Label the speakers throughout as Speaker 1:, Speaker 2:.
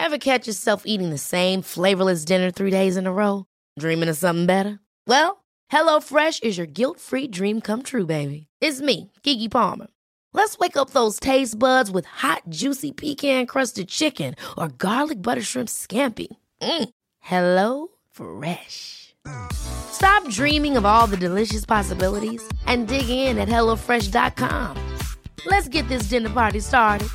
Speaker 1: Ever catch yourself eating the same flavorless dinner 3 days in a row? Dreaming of something better? Well, HelloFresh is your guilt-free dream come true, baby. It's me, Keke Palmer. Let's wake up those taste buds with hot, juicy pecan-crusted chicken or garlic butter shrimp scampi. Hello Fresh. Stop dreaming of all the delicious possibilities and dig in at HelloFresh.com. Let's get this dinner party started.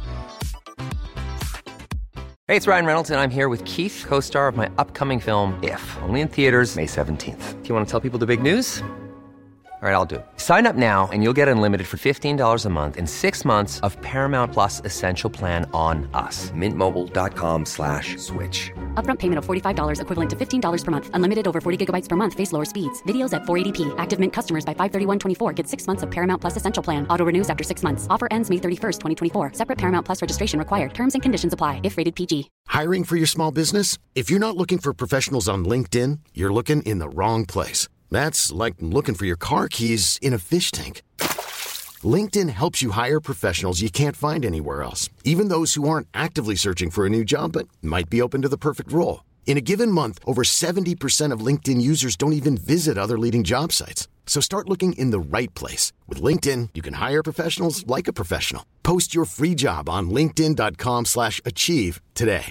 Speaker 2: Hey, it's Ryan Reynolds, and I'm here with Keith, co-star of my upcoming film, If, only in theaters May 17th. Do you want to tell people the big news? All right, I'll do it. Sign up now and you'll get unlimited for $15 a month and 6 months of Paramount Plus Essential Plan on us. MintMobile.com/switch.
Speaker 3: Upfront payment of $45 equivalent to $15 per month. Unlimited over 40 gigabytes per month. Face lower speeds. Videos at 480p. Active Mint customers by 531.24 get 6 months of Paramount Plus Essential Plan. Auto renews after 6 months. Offer ends May 31st, 2024. Separate Paramount Plus registration required. Terms and conditions apply if rated PG.
Speaker 4: Hiring for your small business? If you're not looking for professionals on LinkedIn, you're looking in the wrong place. That's like looking for your car keys in a fish tank. LinkedIn helps you hire professionals you can't find anywhere else, even those who aren't actively searching for a new job but might be open to the perfect role. In a given month, over 70% of LinkedIn users don't even visit other leading job sites. So start looking in the right place. With LinkedIn, you can hire professionals like a professional. Post your free job on linkedin.com/achieve today.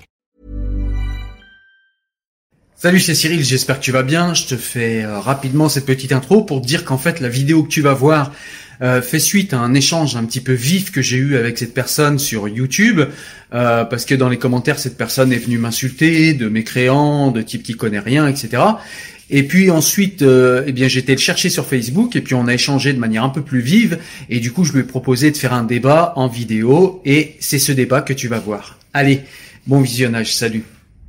Speaker 5: Salut, c'est Cyril, j'espère que tu vas bien. Je te fais rapidement cette petite intro pour te dire qu'en fait la vidéo que tu vas voir fait suite à un échange un petit peu vif que j'ai eu avec cette personne sur YouTube, parce que dans les commentaires cette personne est venue m'insulter de mécréant, de type qui connaît rien, etc. Et puis ensuite, j'ai été le chercher sur Facebook et puis on a échangé de manière un peu plus vive et du coup je lui ai proposé de faire un débat en vidéo et c'est ce débat que tu vas voir. Allez, bon visionnage, salut.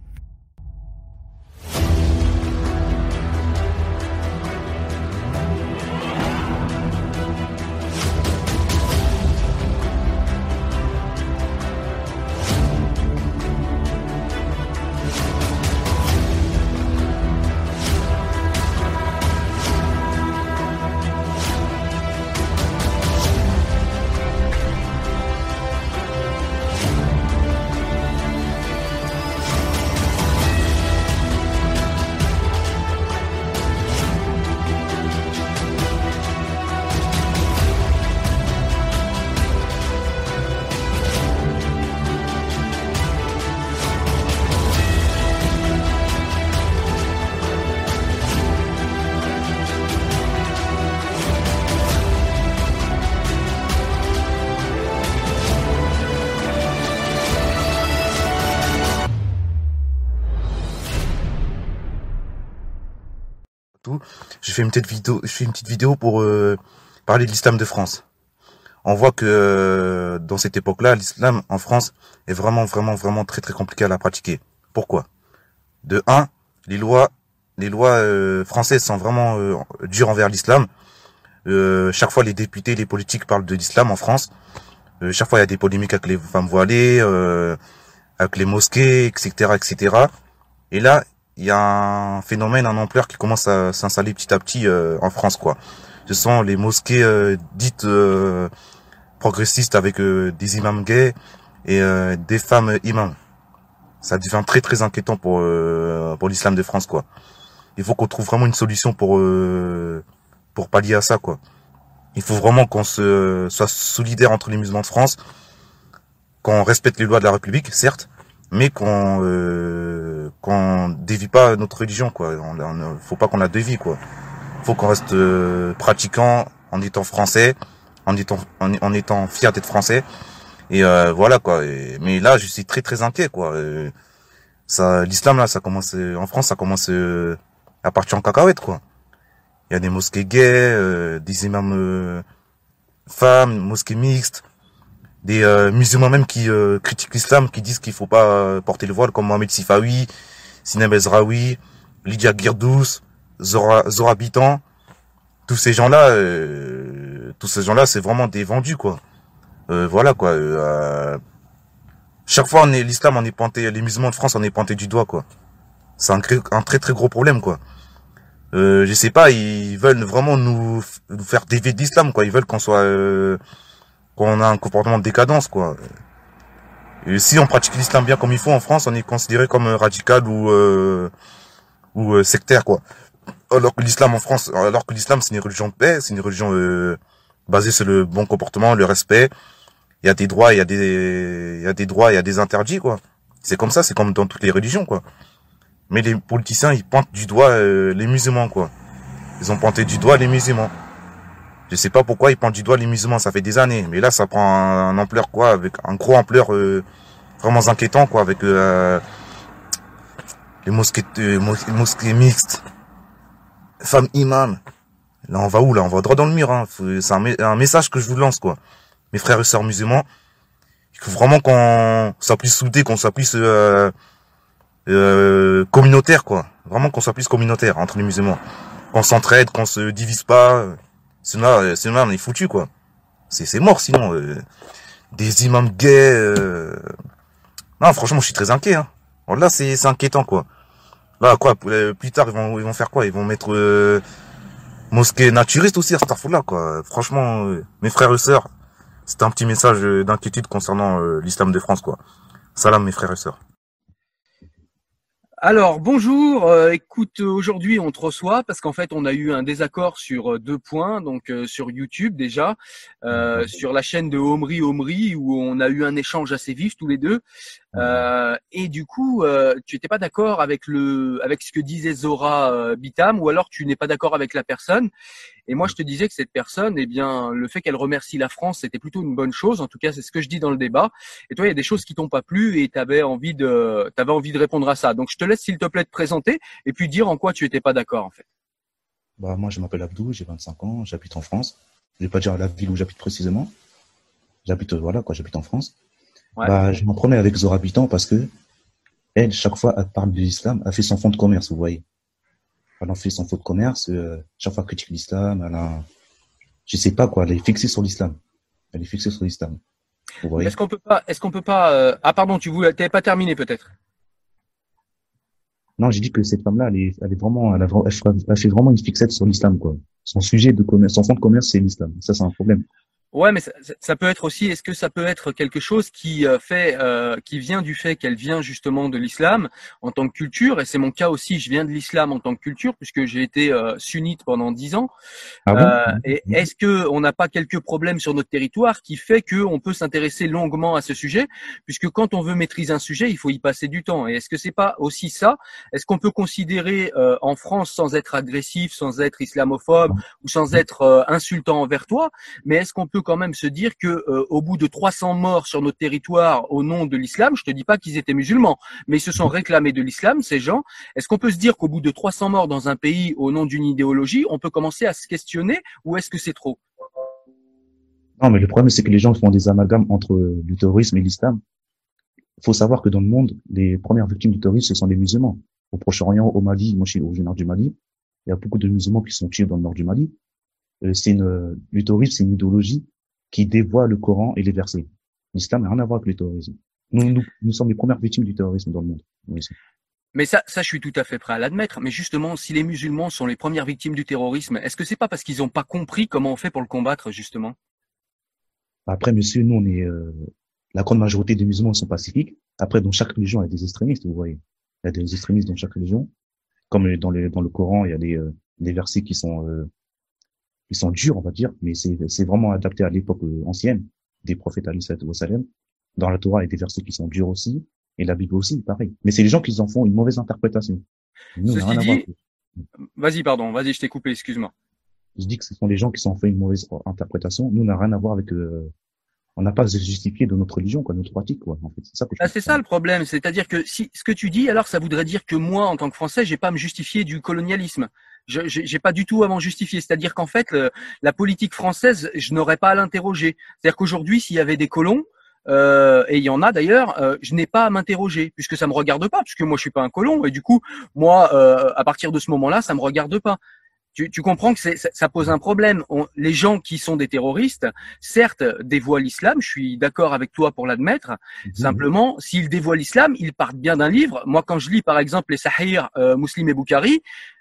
Speaker 6: Je fais une petite vidéo pour parler de l'islam de France. On voit que dans cette époque-là, l'islam en France est vraiment très très compliqué à la pratiquer. Pourquoi? De un, les lois françaises sont vraiment dures envers l'islam. Chaque fois les députés, les politiques parlent de l'islam en France. Chaque fois il y a des polémiques avec les femmes voilées, avec les mosquées, etc. Et là, il y a un phénomène, un ampleur qui commence à s'installer petit à petit en France, quoi. Ce sont les mosquées dites progressistes avec des imams gays et des femmes imams. Ça devient très très inquiétant pour l'islam de France, quoi. Il faut qu'on trouve vraiment une solution pour pallier à ça, quoi. Il faut vraiment qu'on soit solidaire entre les musulmans de France, qu'on respecte les lois de la République, certes, mais qu'on dévie pas notre religion, quoi. Faut pas qu'on la dévie, quoi. Faut qu'on reste pratiquant en étant français, en étant fier d'être français. Et voilà, quoi. Mais là, je suis très très inquiet, quoi. L'islam là, ça commence en France, ça commence à partir en cacahuète, quoi. Il y a des mosquées gays, des imams femmes, mosquées mixtes, des musulmans même qui critiquent l'islam, qui disent qu'il faut pas porter le voile, comme Mohamed Sifawi, Sinem Ezraoui, Lydia Girdous, Zora Bitan. Tous ces gens-là, c'est vraiment des vendus, quoi. Voilà, quoi. Chaque fois, l'islam, on est pointé, les musulmans de France, on est pointé du doigt, quoi. C'est un très très gros problème, quoi. Je sais pas, ils veulent vraiment nous faire dévier de l'islam, quoi. Ils veulent qu'on a un comportement de décadence, quoi. Et si on pratique l'islam bien comme il faut en France, on est considéré comme radical ou sectaire, quoi. Alors que l'islam en France, c'est une religion de paix, c'est une religion basée sur le bon comportement, le respect. Il y a des droits, il y a des droits, il y a des interdits, quoi. C'est comme ça, c'est comme dans toutes les religions, quoi. Mais les politiciens, ils pointent du doigt les musulmans, quoi. Ils ont pointé du doigt les musulmans. Je sais pas pourquoi ils pointent du doigt les musulmans, ça fait des années. Mais là, ça prend un ampleur, quoi, avec un gros ampleur vraiment inquiétant, quoi, avec les mosquées mixtes, femmes imams. Là, on va où, là? On va droit dans le mur, hein. C'est un message que je vous lance, quoi. Mes frères et sœurs musulmans, il faut vraiment qu'on soit plus soudés, qu'on soit plus communautaire, quoi. Vraiment qu'on soit plus communautaire entre les musulmans. Qu'on s'entraide, qu'on se divise pas. Sinon, on est foutu, quoi. C'est mort, sinon. Des imams gays. Non, franchement, je suis très inquiet. Hein. Alors là, c'est inquiétant, quoi. Là, quoi, plus tard, ils vont faire quoi? Ils vont mettre mosquée naturiste aussi à cette là, quoi. Franchement, mes frères et sœurs, c'était un petit message d'inquiétude concernant l'islam de France, quoi. Salam, mes frères et sœurs.
Speaker 7: Alors bonjour, écoute, aujourd'hui on te reçoit parce qu'en fait on a eu un désaccord sur 2 points, donc sur YouTube déjà, sur la chaîne de Omri où on a eu un échange assez vif tous les deux, et du coup tu n'étais pas d'accord avec ce que disait Zora Bitam, ou alors tu n'es pas d'accord avec la personne. Et moi, je te disais que cette personne, eh bien, le fait qu'elle remercie la France, c'était plutôt une bonne chose. En tout cas, c'est ce que je dis dans le débat. Et toi, il y a des choses qui t'ont pas plu et t'avais envie de répondre à ça. Donc, je te laisse, s'il te plaît, te présenter et puis dire en quoi tu étais pas d'accord, en fait.
Speaker 6: Bah, moi, je m'appelle Abdou, j'ai 25 ans, j'habite en France. Je vais pas dire la ville où j'habite précisément. J'habite en France. Ouais. Bah, je m'en prenais avec Zora Bitam parce que elle, chaque fois, elle parle de l'islam, elle fait son fonds de commerce, vous voyez. Elle en fait son fonds de commerce, chaque fois critique l'islam, je sais pas quoi, elle est fixée sur l'islam. Vous voyez.
Speaker 7: Est-ce qu'on peut pas, ah pardon, t'avais pas terminé peut-être?
Speaker 6: Non, j'ai dit que cette femme-là, elle fait vraiment une fixette sur l'islam, quoi. Son sujet de commerce, son fonds de commerce, c'est l'islam. Ça, c'est un problème.
Speaker 7: Ouais, mais ça peut être aussi, est-ce que ça peut être quelque chose qui vient du fait qu'elle vient justement de l'islam en tant que culture, et c'est mon cas aussi, je viens de l'islam en tant que culture puisque j'ai été sunnite pendant 10 ans. Et est-ce que on n'a pas quelques problèmes sur notre territoire qui fait que on peut s'intéresser longuement à ce sujet, puisque quand on veut maîtriser un sujet, il faut y passer du temps. Et est-ce que c'est pas aussi ça? Est-ce qu'on peut considérer en France, sans être agressif, sans être islamophobe ou sans être insultant envers toi, mais est-ce qu'on peut quand même se dire que au bout de 300 morts sur notre territoire au nom de l'islam, je te dis pas qu'ils étaient musulmans, mais ils se sont réclamés de l'islam, ces gens, est-ce qu'on peut se dire qu'au bout de 300 morts dans un pays au nom d'une idéologie, on peut commencer à se questionner, ou est-ce que c'est trop?
Speaker 6: Non, mais le problème, c'est que les gens font des amalgames entre le terrorisme et l'islam. Il faut savoir que dans le monde, les premières victimes du terrorisme, ce sont les musulmans. Au Proche-Orient, au Mali, moi je suis originaire du Mali, il y a beaucoup de musulmans qui sont tués dans le nord du Mali. Le terrorisme, c'est une idéologie qui dévoie le Coran et les versets. L'islam n'a rien à voir avec le terrorisme. Nous sommes les premières victimes du terrorisme dans le monde.
Speaker 7: Mais ça, je suis tout à fait prêt à l'admettre. Mais justement, si les musulmans sont les premières victimes du terrorisme, est-ce que c'est pas parce qu'ils n'ont pas compris comment on fait pour le combattre, justement?
Speaker 6: Après, monsieur, nous, la grande majorité des musulmans sont pacifiques. Après, dans chaque religion, il y a des extrémistes, vous voyez. Il y a des extrémistes dans chaque religion. Comme dans le Coran, il y a des versets qui sont durs, on va dire, mais c'est vraiment adapté à l'époque ancienne des prophètes alayhi sallam. Dans la Torah, il y a des versets qui sont durs aussi, et la Bible aussi, pareil. Mais c'est les gens qui en font une mauvaise interprétation. Nous,
Speaker 7: Ceci dit, vas-y, je t'ai coupé, excuse-moi.
Speaker 6: Je dis que ce sont les gens qui s'en font une mauvaise interprétation. Nous, on n'a rien à voir avec on n'a pas à se justifier de notre religion, quoi, notre pratique, quoi. En fait, c'est ça que
Speaker 7: c'est ça le problème, c'est-à-dire que si ce que tu dis, alors ça voudrait dire que moi, en tant que Français, j'ai pas à me justifier du colonialisme. J'ai pas du tout à m'en justifier. C'est-à-dire qu'en fait, la politique française, je n'aurais pas à l'interroger. C'est-à-dire qu'aujourd'hui, s'il y avait des colons, et il y en a d'ailleurs, je n'ai pas à m'interroger puisque ça me regarde pas, puisque moi je suis pas un colon et du coup, moi, à partir de ce moment-là, ça me regarde pas. Tu comprends que ça pose un problème. Les gens qui sont des terroristes, certes, dévoient l'islam. Je suis d'accord avec toi pour l'admettre. Simplement, s'ils dévoient l'islam, ils partent bien d'un livre. Moi, quand je lis, par exemple, les Sahih, Muslim et Bukhari,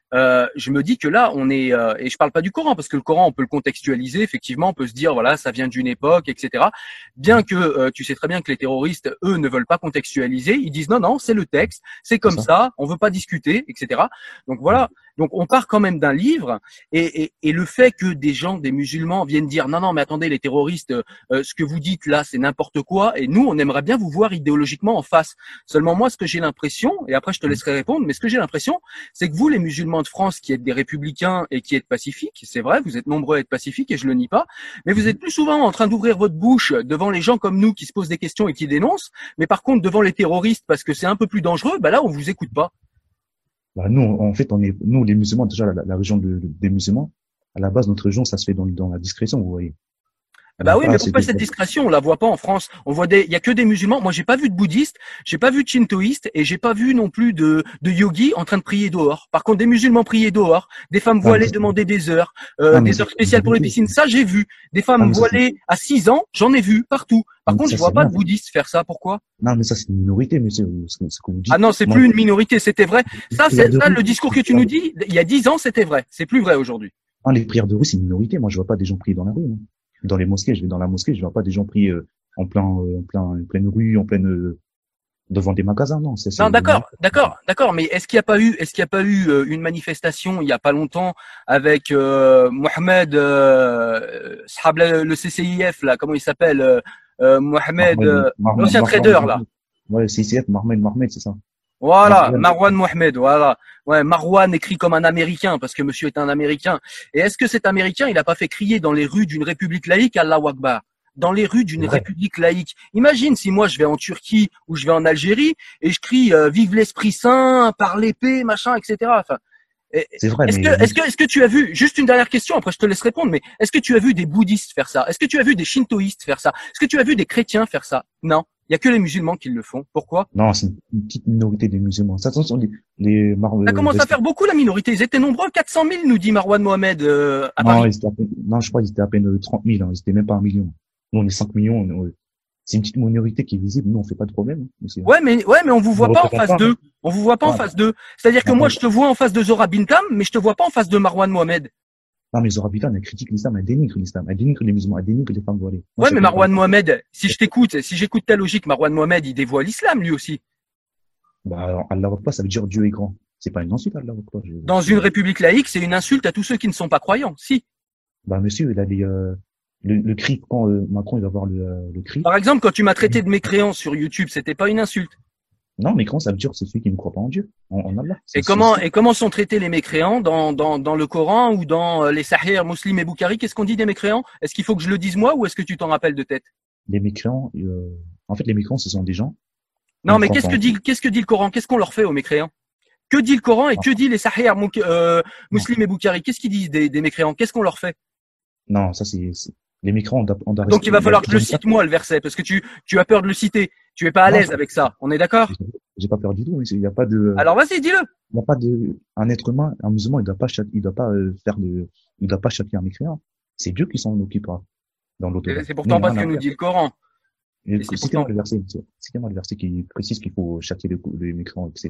Speaker 7: je me dis que là, on est, et je parle pas du Coran, parce que le Coran, on peut le contextualiser, effectivement, on peut se dire, voilà, ça vient d'une époque, etc. Bien que tu sais très bien que les terroristes, eux, ne veulent pas contextualiser, ils disent non, c'est le texte, c'est comme ça, on veut pas discuter, etc. Donc voilà. Donc on part quand même d'un livre, et le fait que des gens, des musulmans viennent dire non, mais attendez, les terroristes, ce que vous dites là, c'est n'importe quoi, et nous, on aimerait bien vous voir idéologiquement en face. Seulement moi, ce que j'ai l'impression, et après je te laisserai répondre, mais ce que j'ai l'impression, c'est que vous, les musulmans de France, qui êtes des républicains et qui êtes pacifiques, c'est vrai, vous êtes nombreux à être pacifiques et je le nie pas, mais vous êtes plus souvent en train d'ouvrir votre bouche devant les gens comme nous qui se posent des questions et qui dénoncent, mais par contre devant les terroristes parce que c'est un peu plus dangereux, bah là on vous écoute pas.
Speaker 8: Bah nous, en fait, nous les musulmans, déjà la religion des musulmans, à la base notre religion, ça se fait dans la discrétion, vous voyez.
Speaker 7: Bah oui, mais pourquoi cette discrétion, on la voit pas en France? On voit il y a que des musulmans. Moi, j'ai pas vu de bouddhistes, j'ai pas vu de shintoïstes et j'ai pas vu non plus de yogis en train de prier dehors. Par contre, des musulmans prier dehors, des femmes voilées demander des heures spéciales pour les piscines. Ça, j'ai vu. Des femmes voilées à 6 ans, j'en ai vu partout. Par contre, je vois pas de bouddhistes faire ça. Pourquoi?
Speaker 8: Non, mais ça, c'est une minorité, monsieur, ce que vous dites.
Speaker 7: Ah non, c'est plus une minorité, c'était vrai. Ça, le discours que tu nous dis, il y a 10 ans, c'était vrai. C'est plus vrai aujourd'hui.
Speaker 8: Non, les prières de rue, c'est une minorité. Moi, je vois pas des gens prier dans la rue. Hein. Dans les mosquées, je vais dans la mosquée, je vois pas des gens prier en pleine rue, devant des magasins, non.
Speaker 7: Non, d'accord, mais est-ce qu'il y a pas eu une manifestation il y a pas longtemps avec Mohamed, le CCIF là, comment il s'appelle, Mohamed, l'ancien trader là.
Speaker 8: Ouais, CCIF, Mohamed, c'est ça.
Speaker 7: Voilà, Marwan Mohamed, voilà. Ouais, Marwan écrit comme un Américain, parce que monsieur est un Américain. Et est-ce que cet Américain, il a pas fait crier dans les rues d'une république laïque, Allahu Akbar? Dans les rues d'une république laïque. Imagine si moi je vais en Turquie ou je vais en Algérie et je crie vive l'Esprit Saint, par l'épée, machin, etc. Enfin,
Speaker 8: c'est vrai.
Speaker 7: Est-ce que tu as vu, juste une dernière question, après je te laisse répondre, mais est-ce que tu as vu des bouddhistes faire ça? Est-ce que tu as vu des shintoïstes faire ça? Est-ce que tu as vu des chrétiens faire ça? Non. Il y a que les musulmans qui le font. Pourquoi?
Speaker 8: Non, c'est une petite minorité des musulmans. Ça commence
Speaker 7: à faire beaucoup, la minorité. Ils étaient nombreux, 400 000, nous dit Marwan Mohamed, à Paris.
Speaker 8: Je crois qu'ils étaient à peine 30 000, hein. Ils étaient même pas 1 million. Nous, on est 5 millions. C'est une petite minorité qui est visible. Nous, on fait pas de problème.
Speaker 7: Ouais, mais on vous voit pas en face d'eux. On vous voit pas en face d'eux. C'est-à-dire que moi, je te vois en face de Zora Bintam, mais je te vois pas en face de Marwan Mohamed.
Speaker 8: Non, mais Zora Bintam, elle critique l'islam, elle dénigre l'islam, elle dénigre les musulmans, elle dénigre les femmes voilées.
Speaker 7: Ouais, mais Marwan Mohamed, si j'écoute ta logique, Marwan Mohamed, il dévoile l'islam, lui aussi.
Speaker 8: Bah, Allah Akbar, ça veut dire Dieu est grand. C'est pas une insulte, Allah Akbar.
Speaker 7: Dans une république laïque, c'est une insulte à tous ceux qui ne sont pas croyants, si.
Speaker 8: Bah, monsieur, il a le cri, quand Macron, il va voir le cri.
Speaker 7: Par exemple, quand tu m'as traité de mécréant sur YouTube, c'était pas une insulte.
Speaker 8: Non, mécréant, ça veut dire c'est celui qui ne croit pas en Dieu, en Allah.
Speaker 7: Et comment sont traités les mécréants dans le Coran ou dans les Sahih, Muslim et Bukhari? Qu'est-ce qu'on dit des mécréants? Est-ce qu'il faut que je le dise moi ou est-ce que tu t'en rappelles de tête?
Speaker 8: Les mécréants, en fait, les mécréants, ce sont des gens.
Speaker 7: Non, mais qu'est-ce que dit le Coran? Qu'est-ce qu'on leur fait aux mécréants? Que dit le Coran et que dit les Sahih, Muslim et Bukhari? Qu'est-ce qu'ils disent des mécréants? Qu'est-ce qu'on leur fait?
Speaker 8: Non, ça c'est les mécréants, on doit
Speaker 7: Donc il va falloir que je le cite moi le verset parce que tu as peur de le citer. Tu es pas à l'aise avec ça. On est d'accord?
Speaker 8: J'ai pas peur du tout. Il y a pas de.
Speaker 7: Alors vas-y, dis-le.
Speaker 8: Il n'y a pas un être humain, un musulman, il doit pas châtier un mécréant. C'est Dieu qui s'en occupera dans l'autre.
Speaker 7: C'est pourtant pas ce que nous dit le Coran.
Speaker 8: Citez-moi le verset qui précise qu'il faut châtier les mécréants, etc.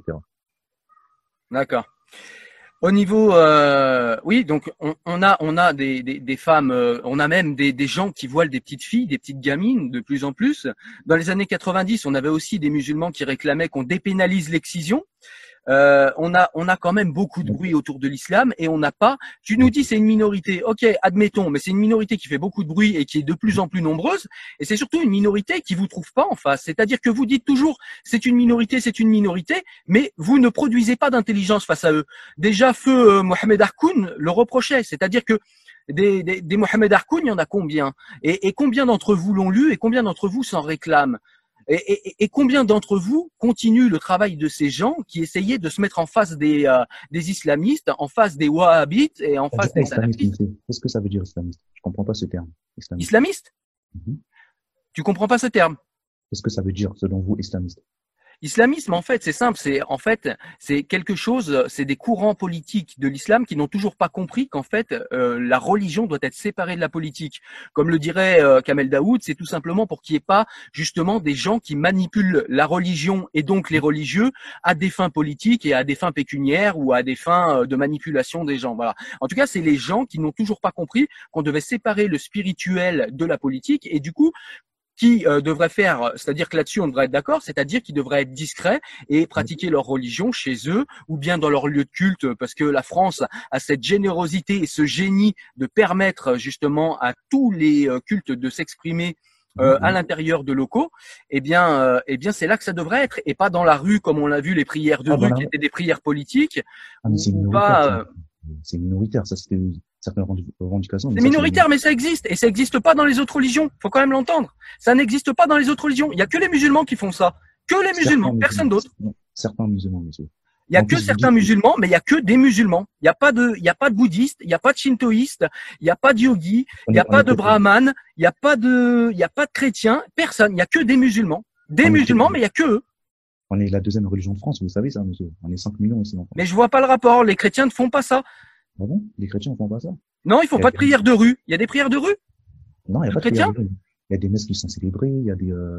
Speaker 7: D'accord. Au niveau, oui, donc on a des femmes, on a même des gens qui voilent des petites filles, des petites gamines de plus en plus. Dans les années 90, on avait aussi des musulmans qui réclamaient qu'on dépénalise l'excision. On a quand même beaucoup de bruit autour de l'islam et on n'a pas. Tu nous dis c'est une minorité, ok, admettons, mais c'est une minorité qui fait beaucoup de bruit et qui est de plus en plus nombreuse. Et c'est surtout une minorité qui vous trouve pas en face. C'est-à-dire que vous dites toujours c'est une minorité, mais vous ne produisez pas d'intelligence face à eux. Déjà feu Mohamed Harkoun le reprochait, c'est-à-dire que des Mohamed Harkoun, il y en a combien et combien d'entre vous l'ont lu et combien d'entre vous s'en réclament? Et combien d'entre vous continuent le travail de ces gens qui essayaient de se mettre en face des islamistes, en face des wahhabites et en face des salafistes?
Speaker 8: Qu'est-ce que ça veut dire islamiste? Je comprends pas ce terme.
Speaker 7: Islamiste? Tu comprends pas ce terme?
Speaker 8: Qu'est-ce que ça veut dire selon vous islamiste?
Speaker 7: Islamisme, en fait, c'est simple. C'est quelque chose. C'est des courants politiques de l'islam qui n'ont toujours pas compris qu'en fait, la religion doit être séparée de la politique. Comme le dirait Kamel Daoud, c'est tout simplement pour qu'il n'y ait pas justement des gens qui manipulent la religion et donc les religieux à des fins politiques et à des fins pécuniaires ou à des fins de manipulation des gens. Voilà. En tout cas, c'est les gens qui n'ont toujours pas compris qu'on devait séparer le spirituel de la politique et du coup, qui devraient faire, c'est-à-dire que là-dessus on devrait être d'accord, c'est-à-dire qu'ils devraient être discrets et pratiquer leur religion chez eux ou bien dans leur lieu de culte, parce que la France a cette générosité et ce génie de permettre justement à tous les cultes de s'exprimer à l'intérieur de locaux. Eh bien c'est là que ça devrait être et pas dans la rue comme on l'a vu les prières de rue qui étaient des prières politiques
Speaker 8: mais c'est
Speaker 7: ou
Speaker 8: minoritaire,
Speaker 7: pas.
Speaker 8: c'est minoritaire, ça c'était certaines revendications.
Speaker 7: C'est minoritaire, mais ça existe. Et ça n'existe pas dans les autres religions. Faut quand même l'entendre. Ça n'existe pas dans les autres religions. Il y a que les musulmans qui font ça. Que les musulmans, personne d'autre.
Speaker 8: Certains musulmans, monsieur.
Speaker 7: Il y a que certains musulmans, mais il y a que des musulmans. Il n'y a pas de bouddhistes, il n'y a pas de shintoïstes, il n'y a pas de yogis, il n'y a pas de brahmanes, il n'y a pas de chrétiens, personne. Il n'y a que des musulmans. Des musulmans, mais il n'y a que eux.
Speaker 8: On est la deuxième religion de France, vous savez ça, monsieur. On est 5 millions ici en France.
Speaker 7: Mais je vois pas le rapport. Les chrétiens ne font pas ça.
Speaker 8: Ah bon? Les chrétiens ne font pas ça?
Speaker 7: Non, ils font pas de prières de rue. Il y a des prières de rue?
Speaker 8: Non, il n'y a pas de
Speaker 7: chrétiens?
Speaker 8: prières de rue. Il y a des messes qui sont célébrées, il y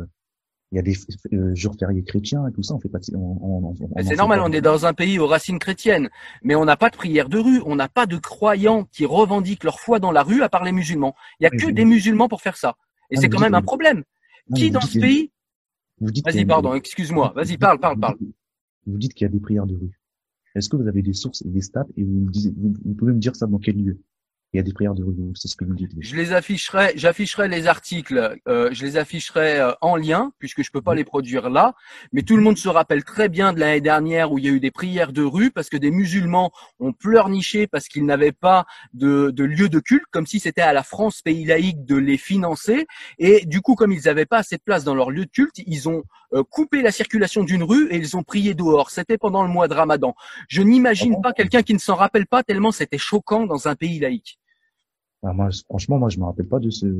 Speaker 8: a des jours fériés chrétiens et tout ça. On fait pas
Speaker 7: c'est normal, on est dans un pays aux racines chrétiennes, mais on n'a pas de prières de rue, on n'a pas de croyants qui revendiquent leur foi dans la rue à part les musulmans. Il y a que des musulmans pour faire ça. Et c'est quand même un problème. Qui dans ce pays? Vas-y, pardon, excuse-moi. Vas-y, parle.
Speaker 8: Vous dites qu'il y a des prières de rue. Est-ce que vous avez des sources et des stats et vous pouvez me dire ça dans quel lieu? Il y a des prières de rue, c'est ce que vous dites.
Speaker 7: J'afficherai les articles, je les afficherai en lien, puisque je peux pas les produire là, mais tout le monde se rappelle très bien de l'année dernière où il y a eu des prières de rue parce que des musulmans ont pleurniché parce qu'ils n'avaient pas de lieu de culte, comme si c'était à la France, pays laïque, de les financer, et du coup, comme ils n'avaient pas assez de place dans leur lieu de culte, ils ont coupé la circulation d'une rue et ils ont prié dehors. C'était pendant le mois de Ramadan. Je n'imagine pas quelqu'un qui ne s'en rappelle pas tellement c'était choquant dans un pays laïque.
Speaker 8: Ah, franchement, je me rappelle pas de ce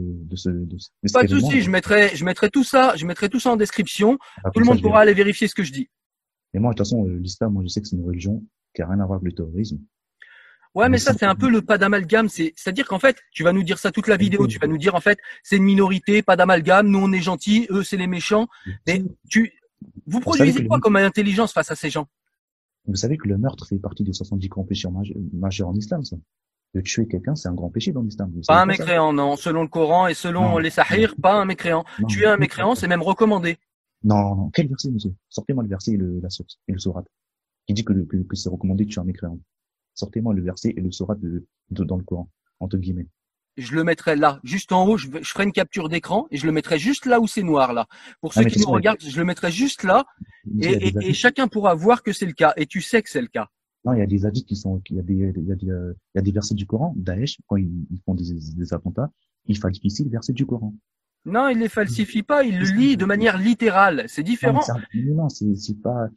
Speaker 7: pas de souci, je mettrai tout ça en description. Tout le monde pourra aller vérifier ce que je dis.
Speaker 8: Et moi, de toute façon, l'islam, moi, je sais que c'est une religion qui a rien à voir avec le terrorisme.
Speaker 7: Ouais, mais ça, c'est un peu le pas d'amalgame. C'est-à-dire qu'en fait, tu vas nous dire ça toute la vidéo. Tu vas nous dire, en fait, c'est une minorité, pas d'amalgame. Nous, on est gentils. Eux, c'est les méchants. Mais vous produisez quoi comme intelligence face à ces gens?
Speaker 8: Vous savez que le meurtre fait partie des 70 grands péchés majeurs en islam, ça. De tuer quelqu'un, c'est un grand péché dans l'islam.
Speaker 7: Pas un mécréant, non. Selon le Coran et selon les sahirs, pas un mécréant. Tuer un mécréant, c'est même recommandé.
Speaker 8: Non. Quel verset, monsieur? Sortez-moi le verset et la source, et le sourate. Qui dit que c'est recommandé de tuer un mécréant. Sortez-moi le verset et le sourate dans le Coran, entre guillemets.
Speaker 7: Je le mettrai là, juste en haut, je ferai une capture d'écran et je le mettrai juste là où c'est noir, là. Pour ceux qui nous regardent, je le mettrai juste là et chacun pourra voir que c'est le cas. Et tu sais que c'est le cas.
Speaker 8: Non, il y a des hadiths il y a des versets du Coran. Daesh, quand ils font des attentats, ils falsifient les versets du Coran.
Speaker 7: Non, il les falsifie pas, il le lit de manière littérale. C'est différent.
Speaker 8: Non, c'est pas,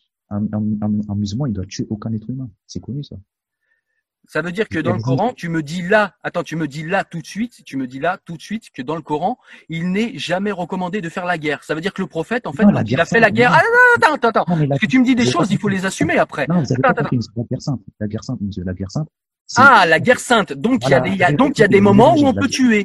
Speaker 8: un musulman, il doit tuer aucun être humain. C'est connu, ça.
Speaker 7: Ça veut dire que dans le Coran, tu me dis là tout de suite que dans le Coran, il n'est jamais recommandé de faire la guerre. Ça veut dire que le prophète, en fait, quand il a fait la guerre, attends. Parce que tu me dis des choses, il faut les assumer après.
Speaker 8: Non, vous avez pas compris, la guerre sainte. La guerre sainte, monsieur, la guerre sainte.
Speaker 7: Ah, la guerre sainte. Donc, il y a des moments où on peut tuer.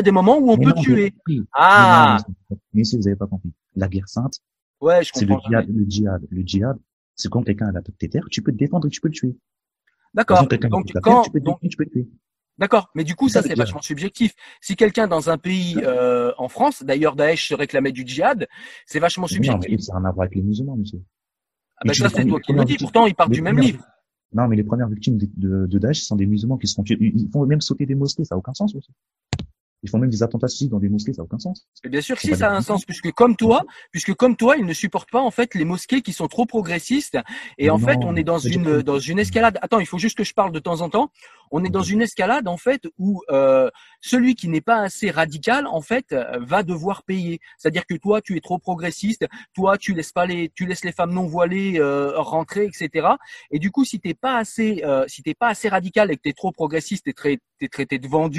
Speaker 7: Ah.
Speaker 8: Mais si vous avez pas compris. La guerre sainte.
Speaker 7: Ouais, je comprends.
Speaker 8: C'est le djihad. C'est quand quelqu'un a la tête tes terres, tu peux te défendre et tu peux le tuer.
Speaker 7: D'accord.
Speaker 8: Donc,
Speaker 7: d'accord. Mais du coup, ça, c'est vachement subjectif. Si quelqu'un dans un pays, en France, d'ailleurs, Daesh se réclamait du djihad, c'est vachement subjectif.
Speaker 8: Non, mais ça n'a rien à voir avec les musulmans, monsieur.
Speaker 7: Ah ben ça, c'est toi qui le dis. Pourtant, ils partent du même livre.
Speaker 8: Non, mais les premières victimes de Daesh sont des musulmans qui se font tuer. Ils font même sauter des mosquées, ça n'a aucun sens aussi. Ils font même des attentats suicides dans des mosquées, ça n'a aucun sens.
Speaker 7: Et bien sûr, si ça a un sens, puisque comme toi, ils ne supportent pas en fait les mosquées qui sont trop progressistes. Et en fait, on est dans une escalade. Attends, il faut juste que je parle de temps en temps. On est dans une escalade en fait où celui qui n'est pas assez radical en fait va devoir payer. C'est-à-dire que toi, tu es trop progressiste. Toi, tu laisses les femmes non voilées rentrer, etc. Et du coup, si t'es pas assez radical et que t'es trop progressiste, t'es traité de vendu.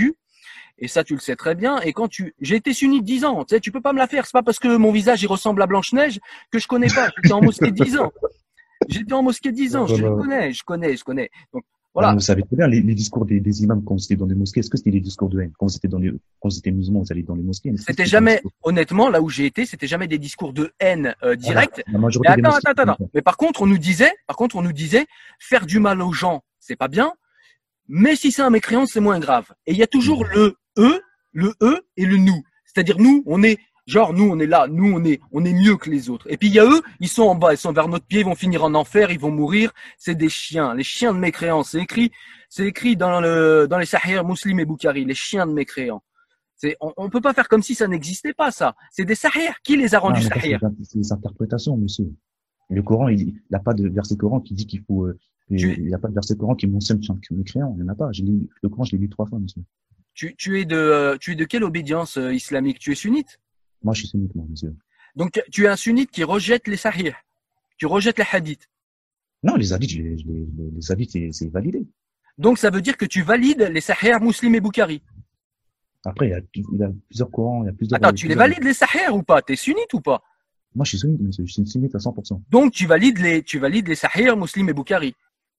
Speaker 7: Et ça, tu le sais très bien. Et j'ai été sunnite 10 ans. Tu sais, tu peux pas me la faire. C'est pas parce que mon visage, il ressemble à Blanche-Neige que je connais pas. J'étais en mosquée 10 ans. J'étais en mosquée 10 ans. Je connais. Donc, voilà.
Speaker 8: Vous savez très bien, les discours des imams quand vous étiez dans les mosquées, est-ce que c'était des discours de haine? Quand vous étiez musulmans, vous allez dans les mosquées.
Speaker 7: C'était jamais, honnêtement, là où j'ai été, c'était jamais des discours de haine directe.
Speaker 8: La majorité des mosquées.
Speaker 7: Attends. Mais par contre, on nous disait, faire du mal aux gens, c'est pas bien. Mais si c'est un mécréant, c'est moins grave. Et il y a toujours le eux et le nous. C'est-à-dire nous, on est là, nous on est mieux que les autres. Et puis il y a eux, ils sont en bas, ils sont vers notre pied, ils vont finir en enfer, ils vont mourir. C'est des chiens, les chiens de mécréants. C'est écrit dans les Sahih Muslim et Bukhari, les chiens de mécréants. On peut pas faire comme si ça n'existait pas, ça. C'est des Sahih. Qui les a rendus Sahih?
Speaker 8: C'est des interprétations, monsieur. Le Coran, il n'a pas de verset Coran qui dit qu'il faut, il n'y a pas de verset Coran qui mentionne mécréant. Il n'y en a pas. Le Coran, je l'ai lu 3 fois, monsieur.
Speaker 7: Tu es de quelle obédience islamique? Tu es sunnite?
Speaker 8: Moi, je suis sunnite, moi, monsieur.
Speaker 7: Donc, tu es un sunnite qui rejette les sahih. Tu rejettes les hadiths.
Speaker 8: Non, les hadiths, c'est validé.
Speaker 7: Donc, ça veut dire que tu valides les sahih Muslim et Bukhari.
Speaker 8: Après, il y a plusieurs Corans, il y a plusieurs.
Speaker 7: Attends, tu les valides les sahih ou pas? T'es sunnite ou pas?
Speaker 8: Moi, je suis sunnite, monsieur. Je suis sunnite à 100%.
Speaker 7: Donc, tu valides les sahih Muslim et Bukhari.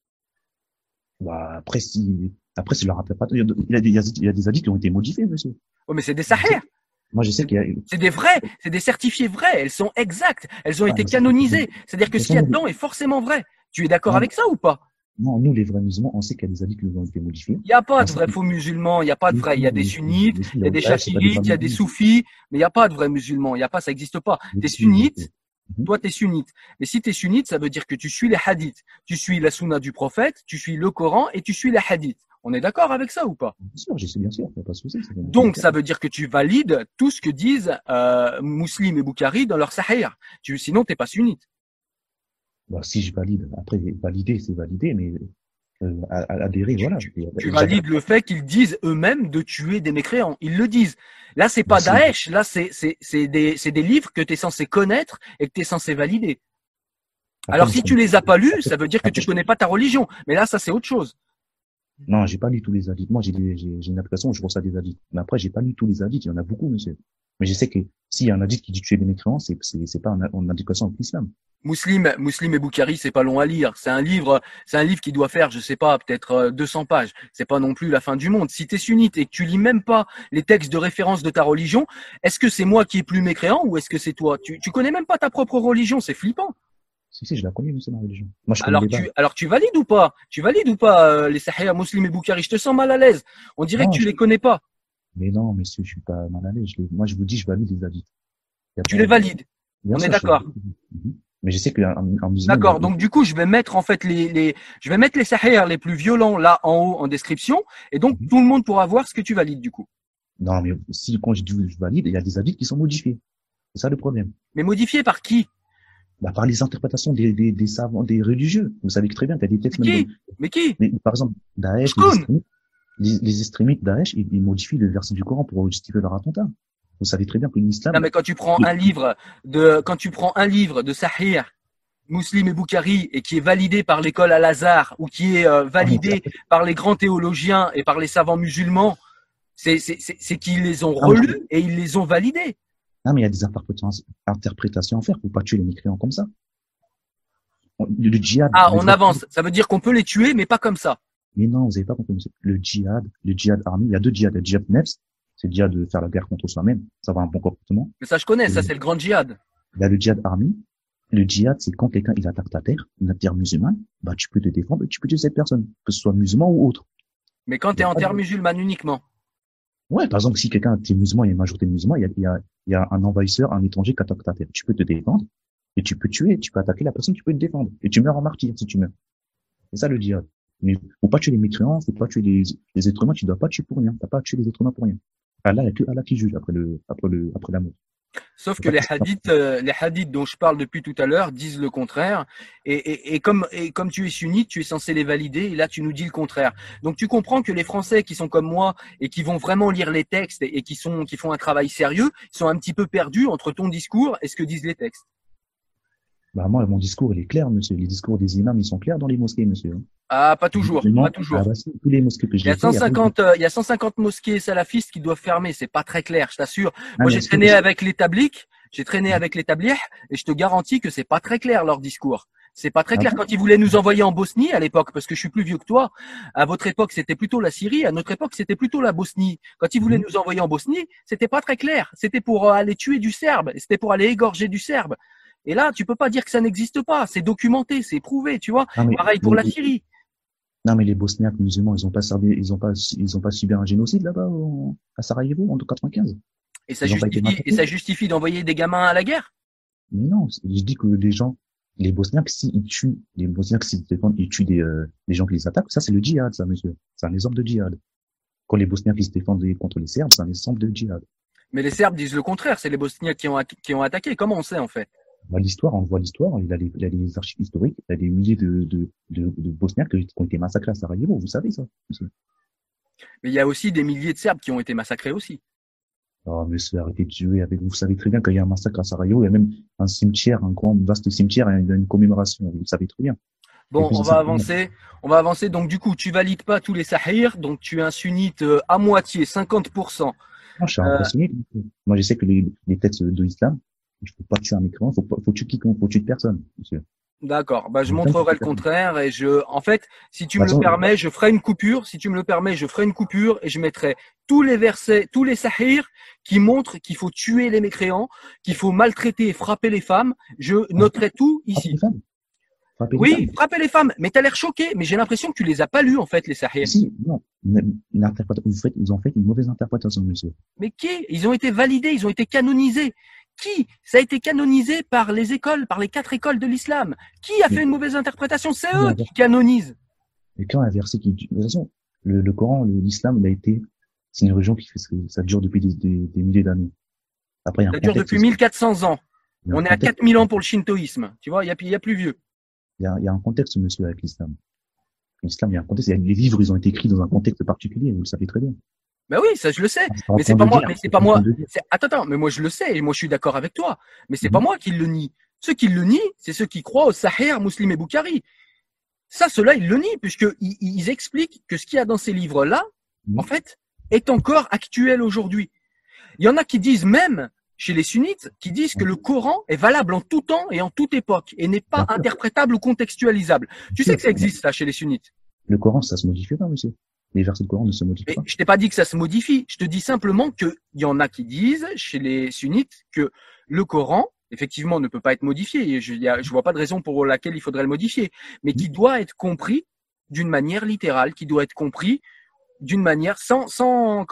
Speaker 8: Bah, après, je leur rappelle pas. Il y a des hadiths qui ont été modifiés, monsieur.
Speaker 7: Oh, mais c'est des sahih.
Speaker 8: Moi, je sais qu'il y a.
Speaker 7: C'est des vrais, c'est des certifiés vrais. Elles sont exactes. Elles ont été canonisées. C'est-à-dire que ce qu'il y a dedans est forcément vrai. Tu es d'accord avec ça ou pas?
Speaker 8: Non, nous, les vrais musulmans, on sait qu'il y a des hadiths qui ont été modifiés.
Speaker 7: Il n'y a pas de vrais faux musulmans. Il n'y a pas de vrais. Il y a des sunnites, il y a des chafirites, il y a des soufis, mais il n'y a pas de vrais musulmans. Il n'y a pas, ça n'existe pas. T'es sunnite. Toi, t'es sunnite. Mais si t'es sunnite, ça veut dire que tu suis les hadiths. Tu suis la sunna du prophète, tu suis le Coran et tu suis les hadiths. On est d'accord avec ça ou pas?
Speaker 8: Bien sûr, je sais, bien sûr, il n'y a pas de souci.
Speaker 7: Donc, ça veut dire que tu valides tout ce que disent Muslim et Bukhari dans leur Sahih. Sinon, t'es pas sunnite.
Speaker 8: Bah, si je valide, après, valider, c'est valider, mais adhérer, voilà.
Speaker 7: Tu valides le fait qu'ils disent eux-mêmes de tuer des mécréants. Ils le disent. Là, c'est pas Daesh. Là, c'est des livres que tu es censé connaître et que tu es censé valider. Alors, si tu les as pas lus, ça veut dire que tu connais pas ta religion. Mais là, ça, c'est autre chose.
Speaker 8: Non, j'ai pas lu tous les hadiths. Moi, j'ai une application où je reçois des hadiths. Mais après, j'ai pas lu tous les hadiths. Il y en a beaucoup, monsieur. Mais je sais que s'il y a un hadith qui dit tuer des mécréants, c'est pas en indication avec l'islam.
Speaker 7: Muslim et Bukhari, c'est pas long à lire. C'est un livre qui doit faire, je sais pas, peut-être 200 pages. C'est pas non plus la fin du monde. Si t'es sunnite et que tu lis même pas les textes de référence de ta religion, est-ce que c'est moi qui est plus mécréant ou est-ce que c'est toi? Tu connais même pas ta propre religion, c'est flippant.
Speaker 8: Si, je la connais, monsieur, ma religion. Moi,
Speaker 7: alors tu valides ou pas? Tu valides ou pas les Sahih Muslim et Bukhari? Je te sens mal à l'aise. On dirait que tu les connais pas.
Speaker 8: Mais non, monsieur, je suis pas mal à l'aise. Moi, je vous dis, je valide les hadiths.
Speaker 7: Tu les valides. On est d'accord.
Speaker 8: Mais je sais qu'un musulman.
Speaker 7: D'accord. Donc du coup, je vais mettre en fait je vais mettre les Sahih les plus violents là en haut en description, et donc tout le monde pourra voir ce que tu valides du coup.
Speaker 8: Non, mais si quand je dis je valide, il y a des hadiths qui sont modifiés. C'est ça le problème.
Speaker 7: Mais modifiés par qui?
Speaker 8: Bah, par les interprétations des savants, des religieux. Vous savez que très bien, t'as des textes.
Speaker 7: Mais qui?
Speaker 8: Mais par exemple, Daesh, les extrémistes Daesh, ils modifient le verset du Coran pour justifier leur attentat. Vous savez très bien que l'islam.
Speaker 7: Non, mais quand tu prends un livre de Sahih, Muslim et Bukhari, et qui est validé par l'école Al-Azhar, ou qui est validé par les grands théologiens et par les savants musulmans, c'est qu'ils les ont relus et ils les ont validés.
Speaker 8: Non, mais il y a des interprétations à faire pour pas tuer les mécréants comme ça. Le djihad.
Speaker 7: Ah, on avance. Ça veut dire qu'on peut les tuer, mais pas comme ça.
Speaker 8: Mais non, vous avez pas compris. Le djihad armé, il y a 2 djihad. Le djihad nefs, c'est le djihad de faire la guerre contre soi-même, ça va un bon comportement.
Speaker 7: Mais ça, je connais, ça, c'est le grand djihad.
Speaker 8: Il y a le djihad armé. Le djihad, c'est quand quelqu'un, il attaque ta terre, une terre musulmane, bah, tu peux te défendre et tu peux tuer cette personne, que ce soit musulman ou autre.
Speaker 7: Mais quand t'es en terre musulmane uniquement.
Speaker 8: Ouais, par exemple, si quelqu'un est musulman, il y a une majorité de musulmans, il y a un envahisseur, un étranger qui attaque ta terre. Tu peux te défendre et tu peux tuer, tu peux attaquer la personne, tu peux te défendre. Et tu meurs en martyr si tu meurs. C'est ça le djihad. Mais faut pas tuer les mécréants, faut pas tuer les êtres humains, tu dois pas tuer pour rien. T'as pas à tuer les êtres humains pour rien. Allah, il y a que Allah qui juge après la mort.
Speaker 7: Sauf que les hadiths dont je parle depuis tout à l'heure disent le contraire. Et comme tu es sunnite, tu es censé les valider. Et là, tu nous dis le contraire. Donc, tu comprends que les Français qui sont comme moi et qui vont vraiment lire les textes et qui font un travail sérieux, sont un petit peu perdus entre ton discours et ce que disent les textes.
Speaker 8: Bah, moi, mon discours, il est clair, monsieur. Les discours des imams, ils sont clairs dans les mosquées, monsieur.
Speaker 7: Ah, pas toujours,
Speaker 8: Musulmans,
Speaker 7: pas toujours.
Speaker 8: ah, bah, si, tous les mosquées que
Speaker 7: Il y
Speaker 8: j'ai
Speaker 7: a
Speaker 8: fait, il y a pas eu
Speaker 7: 150, il y a 150 mosquées salafistes qui doivent fermer. C'est pas très clair, je t'assure.
Speaker 8: ah,
Speaker 7: Moi,
Speaker 8: mais
Speaker 7: j'ai
Speaker 8: est-ce que,
Speaker 7: traîné avec les tabliques, j'ai traîné avec les tabliers, et je te garantis que c'est pas très clair leur discours. C'est pas très
Speaker 8: ah
Speaker 7: clair.
Speaker 8: bon?
Speaker 7: Quand ils voulaient nous envoyer en Bosnie à l'époque, parce que je suis plus vieux que toi, à votre époque c'était plutôt la Syrie, à notre époque c'était plutôt la Bosnie. Quand ils voulaient nous envoyer en Bosnie, c'était pas très clair. C'était pour aller tuer du Serbe, c'était pour aller égorger du Serbe. Et là, tu peux pas dire que ça n'existe pas. C'est documenté, c'est prouvé, tu vois.
Speaker 8: Non, mais,
Speaker 7: Pareil pour la Syrie.
Speaker 8: non, mais les Bosniaques musulmans, ils ont pas subi un génocide là-bas, à Sarajevo, en 95.
Speaker 7: Et
Speaker 8: Ils ont pas été massacrés.
Speaker 7: justifie d'envoyer des gamins à la guerre.
Speaker 8: Mais non, je dis que les Bosniaques, les Bosniaques, s'ils se défendent, ils tuent des gens qui les attaquent. Ça, c'est le djihad, ça, monsieur. C'est un exemple de djihad. Quand les Bosniaques, ils se défendent contre les Serbes, c'est un exemple de djihad.
Speaker 7: Mais les Serbes disent le contraire. C'est les Bosniaques qui ont attaqué. Comment on sait, en fait?
Speaker 8: Bah, on voit l'histoire, il a les archives historiques, il y a des milliers de Bosniaques qui ont été massacrés à Sarajevo, vous savez ça, monsieur.
Speaker 7: Mais il y a aussi des milliers de Serbes qui ont été massacrés aussi.
Speaker 8: Oh, monsieur, arrêtez de jouer avec, vous savez très bien qu'il y a un massacre à Sarajevo, il y a même un cimetière, un grand, vaste cimetière, il y a une commémoration, vous le savez très bien.
Speaker 7: Bon, on va avancer. Donc, du coup, tu valides pas tous les sahirs. Donc, tu es un sunnite à moitié, 50%.
Speaker 8: Non, je suis impressionné. Moi, je sais que les textes de l'islam, il faut pas tuer un écrivain, faut tuer quiconque, faut tuer personne, monsieur.
Speaker 7: D'accord. Bah, je montrerai le contraire et en fait, si tu me le permets, je ferai une coupure. Si tu me le permets, je ferai une coupure et je mettrai tous les versets, tous les sahirs qui montrent qu'il faut tuer les mécréants, qu'il faut maltraiter et frapper les femmes. Je noterai tout ici. Oui, frapper les femmes. Mais t'as l'air choqué. Mais j'ai l'impression que tu les as pas lus, en fait, les sahirs.
Speaker 8: Si, non. Ils ont fait une mauvaise interprétation, monsieur.
Speaker 7: Mais qui? Ils ont été validés, ils ont été canonisés. Qui? Ça a été canonisé par les écoles, par les 4 écoles de l'islam. Qui a fait une mauvaise interprétation? C'est eux qui canonisent.
Speaker 8: Et quand un verset qui, de toute façon, le Coran, l'islam, c'est une religion ça dure depuis des milliers d'années. Après,
Speaker 7: ça dure depuis 1400 ans. On est à 4000 ans pour le shintoïsme. Tu vois, il y a plus vieux.
Speaker 8: Il y a un contexte, monsieur, avec l'islam. L'islam, il y a un contexte. Les livres, ils ont été écrits dans un contexte particulier. Vous le savez très bien.
Speaker 7: Ben oui, ça je le sais. Mais c'est pas moi. Mais c'est pas moi. Attends. Mais moi je le sais et moi je suis d'accord avec toi. Mais c'est pas moi qui le nie. Ceux qui le nient, c'est ceux qui croient au Sahih, Muslim et Bukhari. Ça, ceux-là, ils le nient puisque ils expliquent que ce qu'il y a dans ces livres-là, en fait, est encore actuel aujourd'hui. Il y en a qui disent même chez les sunnites, qui disent que le Coran est valable en tout temps et en toute époque et n'est pas interprétable ou contextualisable. Tu sais que ça existe ça chez les sunnites.
Speaker 8: Le Coran, ça se modifie pas, monsieur. Les versets du Coran ne se modifient pas.
Speaker 7: Je t'ai pas dit que ça se modifie. Je te dis simplement qu'il y en a qui disent chez les sunnites que le Coran, effectivement, ne peut pas être modifié. Et je vois pas de raison pour laquelle il faudrait le modifier, mais qui doit être compris d'une manière littérale, qui doit être compris d'une manière sans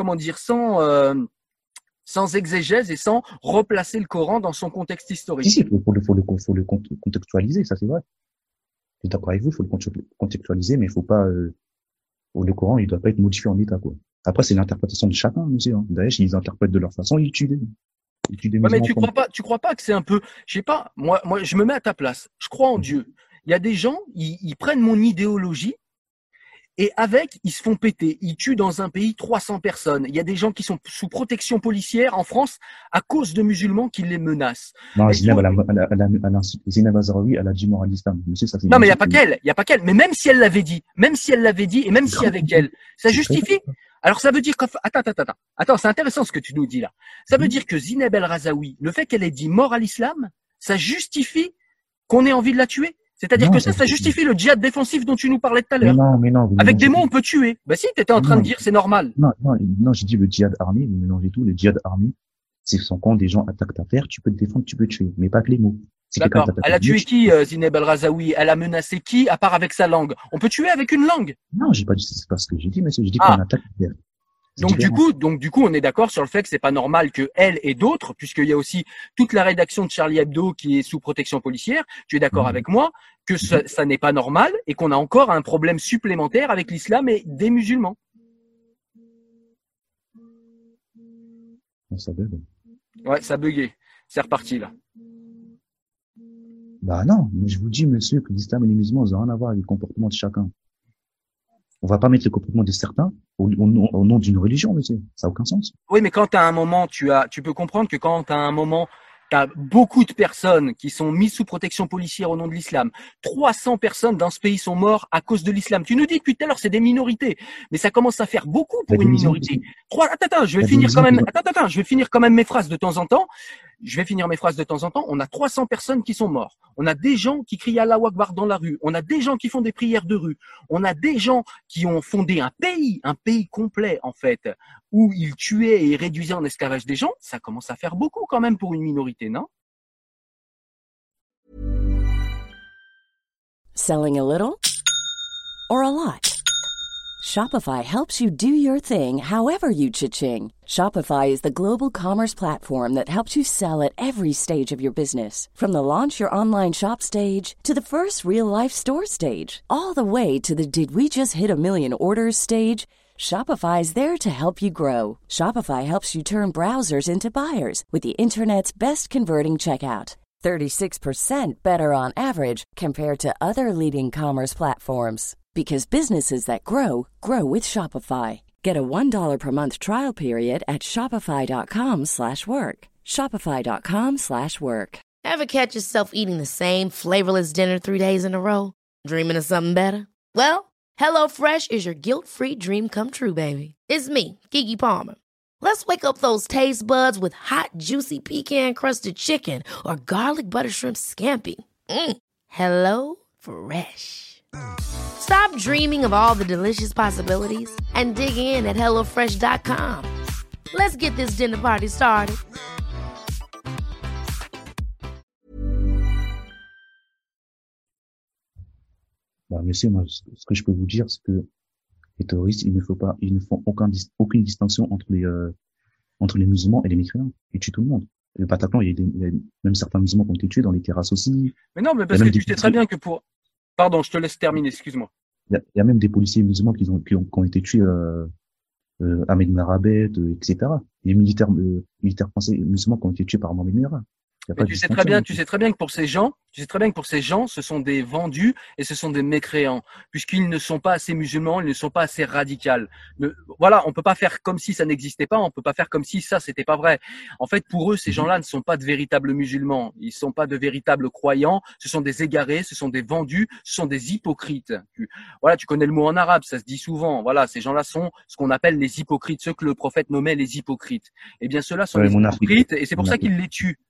Speaker 7: exégèse et sans replacer le Coran dans son contexte historique.
Speaker 8: Si, faut le contextualiser, ça c'est vrai. Je suis d'accord avec vous, il faut le contextualiser, mais il faut pas, le Coran, il doit pas être modifié en état, quoi. Après, c'est l'interprétation de chacun, monsieur. Daesh, ils interprètent de leur façon, ils tuent des
Speaker 7: ouais, mais tu crois pas que c'est un peu, je sais pas, moi, je me mets à ta place. Je crois en Dieu. Il y a des gens, ils prennent mon idéologie et ils se font péter. Ils tuent dans un pays 300 personnes. Il y a des gens qui sont sous protection policière en France à cause de musulmans qui les menacent.
Speaker 8: Non, Zineb Azaraoui, elle a dit moral l'islam.
Speaker 7: Non, mais il y a pas qu'elle. Mais même si elle l'avait dit, et même si avec elle, ça justifie. Alors ça veut dire attends, c'est intéressant ce que tu nous dis là. Ça veut dire que Zineb El Razaoui, le fait qu'elle ait dit mort à l'islam, ça justifie qu'on ait envie de la tuer. C'est-à-dire que ça justifie le djihad défensif dont tu nous parlais tout à l'heure.
Speaker 8: Mais non.
Speaker 7: Avec des mots, on peut tuer. Bah si, t'étais en train de dire c'est normal.
Speaker 8: Non, j'ai dit le djihad armé, vous mélangez tout. Le djihad armé, c'est quand des gens attaquent ta terre, tu peux te défendre, tu peux tuer, mais pas que les mots.
Speaker 7: D'accord. Elle a tué qui, Zineb El Razaoui? Elle a menacé qui, à part avec sa langue? On peut tuer avec une langue?
Speaker 8: Non, j'ai pas dit, c'est pas ce que j'ai dit, monsieur. J'ai dit qu'on attaque ta terre.
Speaker 7: Donc du coup, on est d'accord sur le fait que c'est pas normal que elle et d'autres, puisqu'il y a aussi toute la rédaction de Charlie Hebdo qui est sous protection policière. Tu es d'accord avec moi que ça n'est pas normal et qu'on a encore un problème supplémentaire avec l'islam et des musulmans.
Speaker 8: Ça bug.
Speaker 7: Ouais, ça buguait. C'est reparti là.
Speaker 8: Bah non, mais je vous dis, monsieur, que l'islam et les musulmans, ils n'ont rien à voir avec le comportement de chacun. On va pas mettre le comportement de certains au nom d'une religion, monsieur. Ça n'a aucun sens.
Speaker 7: Oui, mais quand à un moment, tu peux comprendre que quand à un moment, T'as beaucoup de personnes qui sont mises sous protection policière au nom de l'islam. 300 personnes dans ce pays sont mortes à cause de l'islam. Tu nous dis depuis tout à l'heure c'est des minorités, mais ça commence à faire beaucoup pour une minorité. Attends, je vais finir quand même. Attends, je vais finir quand même mes phrases de temps en temps. On a 300 personnes qui sont mortes. On a des gens qui crient Allahu Akbar dans la rue. On a des gens qui font des prières de rue. On a des gens qui ont fondé un pays complet en fait, où ils tuaient et réduisaient en esclavage des gens. Ça commence à faire beaucoup quand même pour une minorité, non?
Speaker 9: Selling a little or a lot? Shopify helps you do your thing however you cha-ching. Shopify is the global commerce platform that helps you sell at every stage of your business. From the launch your online shop stage to the first real-life store stage, all the way to the did we just hit a million orders stage. Shopify is there to help you grow. Shopify helps you turn browsers into buyers with the internet's best converting checkout. 36% better on average compared to other leading commerce platforms. Because businesses that grow, grow with Shopify. Get a $1 per month trial period at shopify.com/work. Shopify.com/work.
Speaker 1: Ever catch yourself eating the same flavorless dinner 3 days in a row? Dreaming of something better? Well, HelloFresh is your guilt-free dream come true, baby. It's me, Keke Palmer. Let's wake up those taste buds with hot, juicy pecan-crusted chicken or garlic butter shrimp scampi. Hello Fresh. Stop dreaming of all the delicious possibilities and dig in at HelloFresh.com. Let's get this dinner party started.
Speaker 8: Bah, monsieur, moi, ce que je peux vous dire, c'est que les terroristes, ils ne font aucune distinction entre les musulmans et les mécréants. Ils tuent tout le monde. Le Bataclan, il y a même certains musulmans qui ont été tués dans les terrasses aussi.
Speaker 7: Mais non, mais parce que tu sais très bien que pour... Pardon, je te laisse terminer, excuse-moi.
Speaker 8: Il y a même des policiers musulmans qui ont été tués à Medina Rabet, etc. Les militaires français musulmans qui ont été tués par Mohamed Merah.
Speaker 7: Mais tu sais très bien que pour ces gens, ce sont des vendus et ce sont des mécréants, puisqu'ils ne sont pas assez musulmans, ils ne sont pas assez radicaux. Voilà, on peut pas faire comme si ça n'existait pas, on peut pas faire comme si ça c'était pas vrai. En fait, pour eux, ces gens-là ne sont pas de véritables musulmans, ils sont pas de véritables croyants, ce sont des égarés, ce sont des vendus, ce sont des hypocrites. Voilà, tu connais le mot en arabe, ça se dit souvent. Voilà, ces gens-là sont ce qu'on appelle les hypocrites, ceux que le prophète nommait les hypocrites. Eh bien, ceux-là sont les hypocrites et c'est pour ça qu'ils les tuent.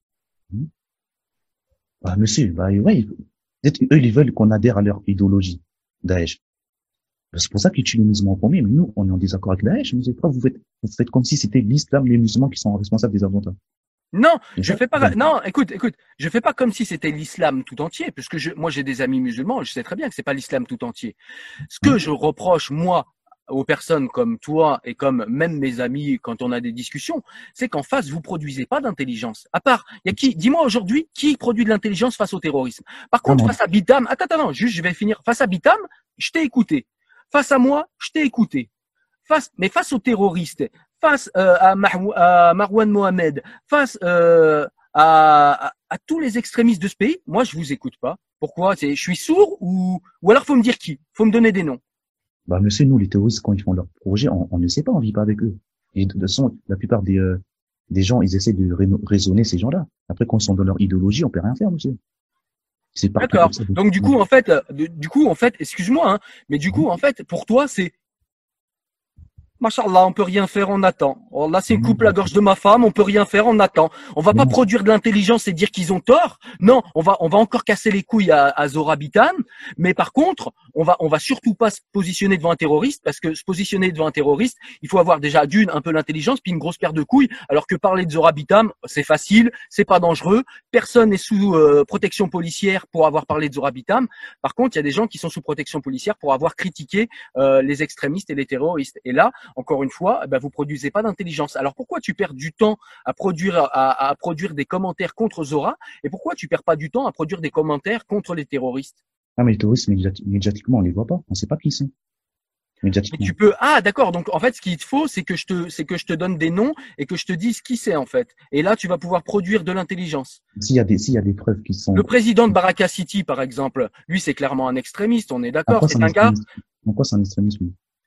Speaker 8: Bah, monsieur, ouais, peut-être eux, ils veulent qu'on adhère à leur idéologie, Daesh. C'est pour ça qu'ils tuent les musulmans en premier, mais nous, on est en désaccord avec Daesh. Vous faites comme si c'était l'islam, les musulmans qui sont responsables des attentats.
Speaker 7: Non, je fais pas, non, écoute, je fais pas comme si c'était l'islam tout entier, puisque moi, j'ai des amis musulmans, je sais très bien que c'est pas l'islam tout entier. Ce que je reproche, moi, aux personnes comme toi et comme même mes amis quand on a des discussions, c'est qu'en face, vous produisez pas d'intelligence. À part, il y a qui, dis-moi aujourd'hui, qui produit de l'intelligence face au terrorisme? Par contre, face à Bitam, attends, juste, je vais finir. Face à Bitam, je t'ai écouté. Face à moi, je t'ai écouté. Mais face aux terroristes, face à Marwan Mohamed, face à tous les extrémistes de ce pays, moi, je vous écoute pas. Pourquoi? Je suis sourd ou alors faut me dire qui? Faut me donner des noms.
Speaker 8: Bah, monsieur, nous, les terroristes, quand ils font leur projet, on ne sait pas, on vit pas avec eux. Et de toute façon, la plupart des gens, ils essaient de raisonner ces gens-là. Après, quand ils sont dans leur idéologie, on peut rien faire, monsieur. C'est pas
Speaker 7: d'accord. Donc, du coup, en fait, excuse-moi, hein, mais du coup, en fait, pour toi, c'est, Machallah, on peut rien faire, on attend. Oh, là, c'est une coupe la gorge de ma femme, on peut rien faire, on attend. On va pas produire de l'intelligence et dire qu'ils ont tort. Non, on va encore casser les couilles à Zora Bitan. Mais par contre, on va surtout pas se positionner devant un terroriste, parce que se positionner devant un terroriste, il faut avoir déjà un peu l'intelligence, puis une grosse paire de couilles. Alors que parler de Zora Bitam, c'est facile, c'est pas dangereux. Personne n'est sous protection policière pour avoir parlé de Zora Bitam. Par contre, il y a des gens qui sont sous protection policière pour avoir critiqué les extrémistes et les terroristes. Et là, encore une fois, vous produisez pas d'intelligence. Alors pourquoi tu perds du temps à produire des commentaires contre Zora, et pourquoi tu perds pas du temps à produire des commentaires contre les terroristes?
Speaker 8: Ah, mais les terroristes, médiatiquement, on les voit pas. On sait pas qui c'est. Médiatiquement.
Speaker 7: Mais tu peux, d'accord. Donc, en fait, ce qu'il te faut, c'est que je te donne des noms et que je te dise qui c'est, en fait. Et là, tu vas pouvoir produire de l'intelligence.
Speaker 8: S'il y a des preuves qui sont...
Speaker 7: Le président de Baraka City, par exemple, lui, c'est clairement un extrémiste, on est d'accord. C'est un gars.
Speaker 8: Pourquoi c'est un extrémiste, lui?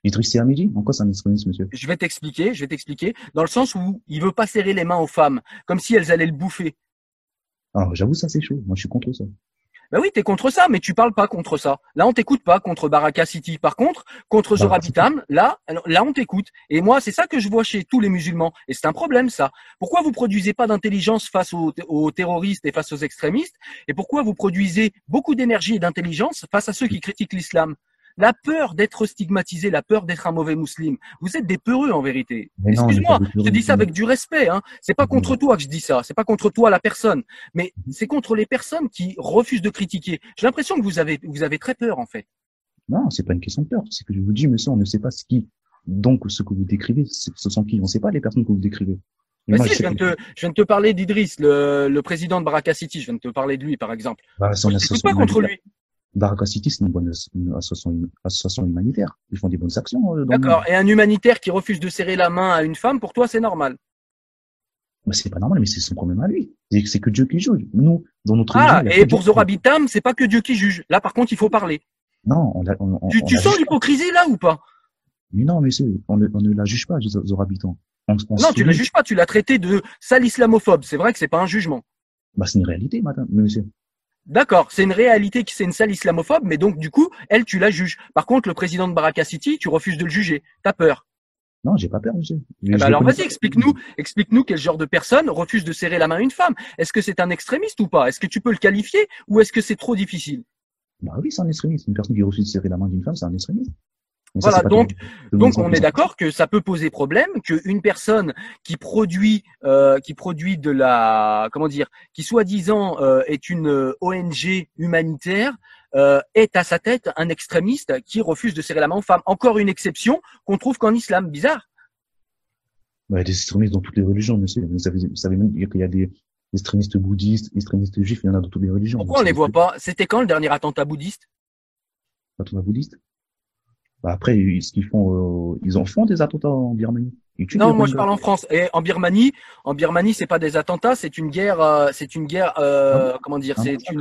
Speaker 8: Idriss Hamidi, en quoi c'est un extrémiste, monsieur?
Speaker 7: Je vais t'expliquer, dans le sens où il veut pas serrer les mains aux femmes, comme si elles allaient le bouffer.
Speaker 8: Alors, j'avoue, ça, c'est chaud. Moi, je suis contre ça.
Speaker 7: Ben oui, t'es contre ça, mais tu parles pas contre ça. Là, on t'écoute pas contre Baraka City. Par contre, contre Zora Bitam, là, on t'écoute. Et moi, c'est ça que je vois chez tous les musulmans. Et c'est un problème, ça. Pourquoi vous produisez pas d'intelligence face aux terroristes et face aux extrémistes? Et pourquoi vous produisez beaucoup d'énergie et d'intelligence face à ceux qui critiquent l'islam? La peur d'être stigmatisé, la peur d'être un mauvais musulman. Vous êtes des peureux en vérité.
Speaker 8: Mais non,
Speaker 7: Excuse-moi,
Speaker 8: on est pas des
Speaker 7: je te dis ça avec du respect. Hein. C'est pas contre toi que je dis ça. C'est pas contre toi la personne, mais c'est contre les personnes qui refusent de critiquer. J'ai l'impression que vous avez très peur en fait.
Speaker 8: Non, c'est pas une question de peur. C'est que je vous dis, monsieur, on ne sait pas ce qui. Donc, ce que vous décrivez, ce sont qui? On ne sait pas les personnes que vous décrivez. Mais
Speaker 7: Bah
Speaker 8: moi,
Speaker 7: si, je viens de te parler d'Idriss, le président de Baraka City. Je viens de te parler de lui, par exemple.
Speaker 8: Bah,
Speaker 7: Moi, je t'écoute pas contre lui.
Speaker 8: Baraka City, c'est une association humanitaire. Ils font des bonnes actions dans le
Speaker 7: D'accord.
Speaker 8: monde.
Speaker 7: Et un humanitaire qui refuse de serrer la main à une femme, pour toi, c'est normal.
Speaker 8: Bah, c'est pas normal, mais c'est son problème à lui. C'est que Dieu qui juge. Nous, dans notre
Speaker 7: Ah,
Speaker 8: religion, il y a
Speaker 7: et
Speaker 8: que
Speaker 7: pour
Speaker 8: Dieu.
Speaker 7: Zora Bitam, c'est pas que Dieu qui juge. Là, par contre, il faut parler.
Speaker 8: Non,
Speaker 7: Tu sens l'hypocrisie là ou pas?
Speaker 8: Mais non, monsieur, on ne la juge pas, Zora Bitam.
Speaker 7: Non, tu la juges pas. Tu l'as traité de sale islamophobe. C'est vrai que c'est pas un jugement.
Speaker 8: Bah, c'est une réalité, madame, monsieur.
Speaker 7: D'accord, c'est une réalité qui c'est une sale islamophobe, mais donc du coup, elle, tu la juges. Par contre, le président de Baraka City, tu refuses de le juger. T'as peur.
Speaker 8: Non, j'ai pas peur, monsieur.
Speaker 7: Eh ben alors vas-y, explique-nous quel genre de personne refuse de serrer la main à une femme. Est-ce que c'est un extrémiste ou pas? Est-ce que tu peux le qualifier ou est-ce que c'est trop difficile?
Speaker 8: Bah oui, c'est un extrémiste. Une personne qui refuse de serrer la main d'une femme, c'est un extrémiste. Mais ça,
Speaker 7: Voilà,
Speaker 8: c'est pas
Speaker 7: donc on est
Speaker 8: tout.
Speaker 7: d'accord que ça peut poser problème, qu'une personne qui produit de la, comment dire, qui soi-disant est une ONG humanitaire, est à sa tête un extrémiste qui refuse de serrer la main aux femmes. Encore une exception qu'on trouve qu'en islam. Bizarre.
Speaker 8: Bah, il y a des extrémistes dans toutes les religions, monsieur. Vous savez même qu'il y a des extrémistes bouddhistes, extrémistes juifs, il y en a dans toutes les religions.
Speaker 7: Pourquoi on les voit pas? C'était quand le dernier attentat bouddhiste?
Speaker 8: Attentats bouddhistes? Bah après, ce qu'ils font, ils en font des attentats en Birmanie.
Speaker 7: Non, moi je parle en France. Et en Birmanie, c'est pas des attentats, c'est une guerre, comment dire,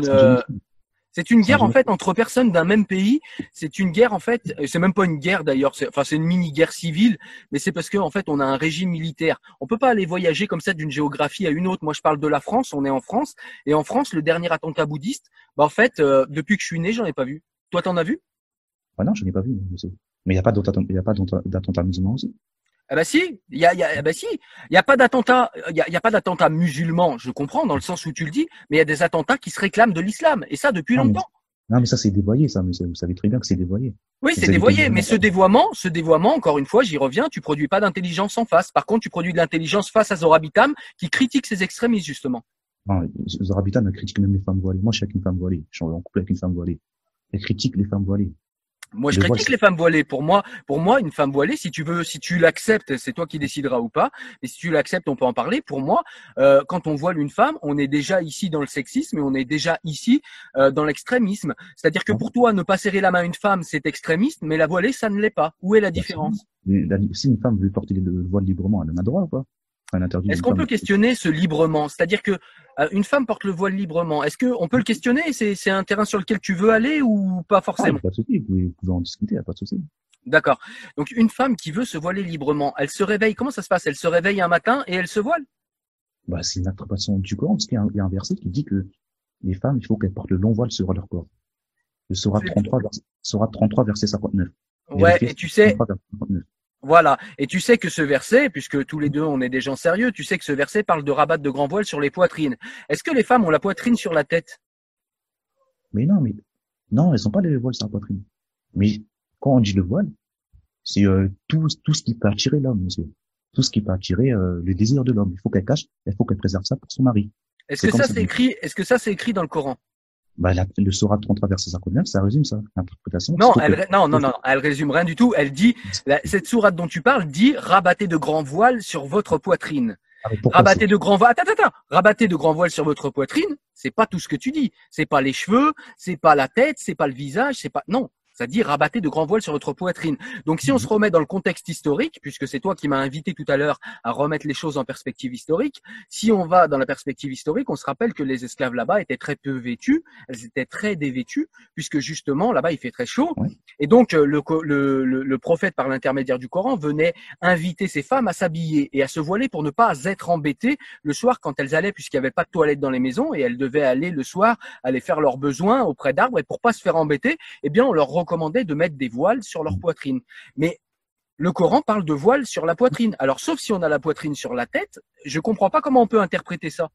Speaker 7: c'est une guerre en fait entre personnes d'un même pays. C'est une guerre en fait, c'est même pas une guerre d'ailleurs, c'est une mini guerre civile, mais c'est parce que en fait on a un régime militaire. On peut pas aller voyager comme ça d'une géographie à une autre. Moi je parle de la France, on est en France, et en France le dernier attentat bouddhiste, bah en fait depuis que je suis né j'en ai pas vu. Toi t'en as vu?
Speaker 8: Ah non, je n'ai pas vu, monsieur. Mais il n'y a pas d'attentat musulman aussi.
Speaker 7: Ah bah si, il y a pas d'attentat musulman, je comprends dans le sens où tu le dis, mais il y a des attentats qui se réclament de l'islam et ça depuis longtemps.
Speaker 8: Non, mais ça c'est dévoyé, ça, monsieur. Vous savez très bien que c'est dévoyé.
Speaker 7: Oui, c'est dévoyé, mais ce dévoiement, encore une fois, j'y reviens, tu produis pas d'intelligence en face. Par contre, tu produis de l'intelligence face à Zora Bitam qui critique ces extrémistes justement.
Speaker 8: Non, Zora Bitam elle critique même les femmes voilées. Moi, je suis avec une femme voilée. Je suis en couple avec une femme voilée. Elle critique les femmes voilées.
Speaker 7: Moi, je critique les femmes voilées. Pour moi, une femme voilée, si tu l'acceptes, c'est toi qui décideras ou pas. Mais si tu l'acceptes, on peut en parler. Pour moi, quand on voile une femme, on est déjà ici dans le sexisme et on est déjà ici dans l'extrémisme. C'est-à-dire que pour toi, ne pas serrer la main à une femme, c'est extrémiste, mais la voilée, ça ne l'est pas. Où est la différence?
Speaker 8: Si une femme veut porter le voile librement, elle en a droit ou pas?
Speaker 7: Est-ce qu'on peut questionner ce librement? C'est-à-dire que une femme porte le voile librement. Est-ce qu'on peut le questionner? C'est un terrain sur lequel tu veux aller ou pas forcément?
Speaker 8: Pas de souci, vous pouvez en discuter, pas de souci.
Speaker 7: D'accord. Donc une femme qui veut se voiler librement, elle se réveille. Comment ça se passe? Elle se réveille un matin et elle se voile?
Speaker 8: Bah, c'est une interprétation du Coran, parce qu'il y a un verset qui dit que les femmes, il faut qu'elles portent le long voile sur leur corps. Le Sourate 33, verset 59.
Speaker 7: Ouais, et tu sais. Voilà. Et tu sais que ce verset, puisque tous les deux on est des gens sérieux, tu sais que ce verset parle de rabattre de grands voiles sur les poitrines. Est-ce que les femmes ont la poitrine sur la tête?
Speaker 8: Mais non, elles n'ont pas les voiles sur la poitrine. Mais quand on dit le voile, c'est tout ce qui peut attirer l'homme, monsieur. Tout ce qui peut attirer le désir de l'homme. Il faut qu'elle cache, il faut qu'elle préserve ça pour son mari.
Speaker 7: Est-ce que ça c'est écrit dans le Coran?
Speaker 8: Bah, le Sourate 33 verset 59, ça résume ça, l'interprétation.
Speaker 7: Non, elle résume rien du tout. Elle dit, cette sourate dont tu parles dit, rabattez de grands voiles sur votre poitrine. Rabattez de grands voiles. Attends. Rabattez de grands voiles sur votre poitrine. C'est pas tout ce que tu dis. C'est pas les cheveux, c'est pas la tête, c'est pas le visage, c'est pas, non. Ça dit rabattez de grands voiles sur votre poitrine. Donc si on se remet dans le contexte historique, puisque c'est toi qui m'as invité tout à l'heure à remettre les choses en perspective historique, si on va dans la perspective historique, on se rappelle que les esclaves là-bas étaient très peu vêtus, elles étaient très dévêtues, puisque justement là-bas il fait très chaud. Et donc le prophète, par l'intermédiaire du Coran, venait inviter ces femmes à s'habiller et à se voiler pour ne pas être embêtées le soir quand elles allaient, puisqu'il n'y avait pas de toilettes dans les maisons et elles devaient aller le soir aller faire leurs besoins auprès d'arbres, et pour pas se faire embêter, eh bien on leur recommandait de mettre des voiles sur leur poitrine. Mais le Coran parle de voile sur la poitrine. Alors sauf si on a la poitrine sur la tête, je comprends pas comment on peut interpréter ça.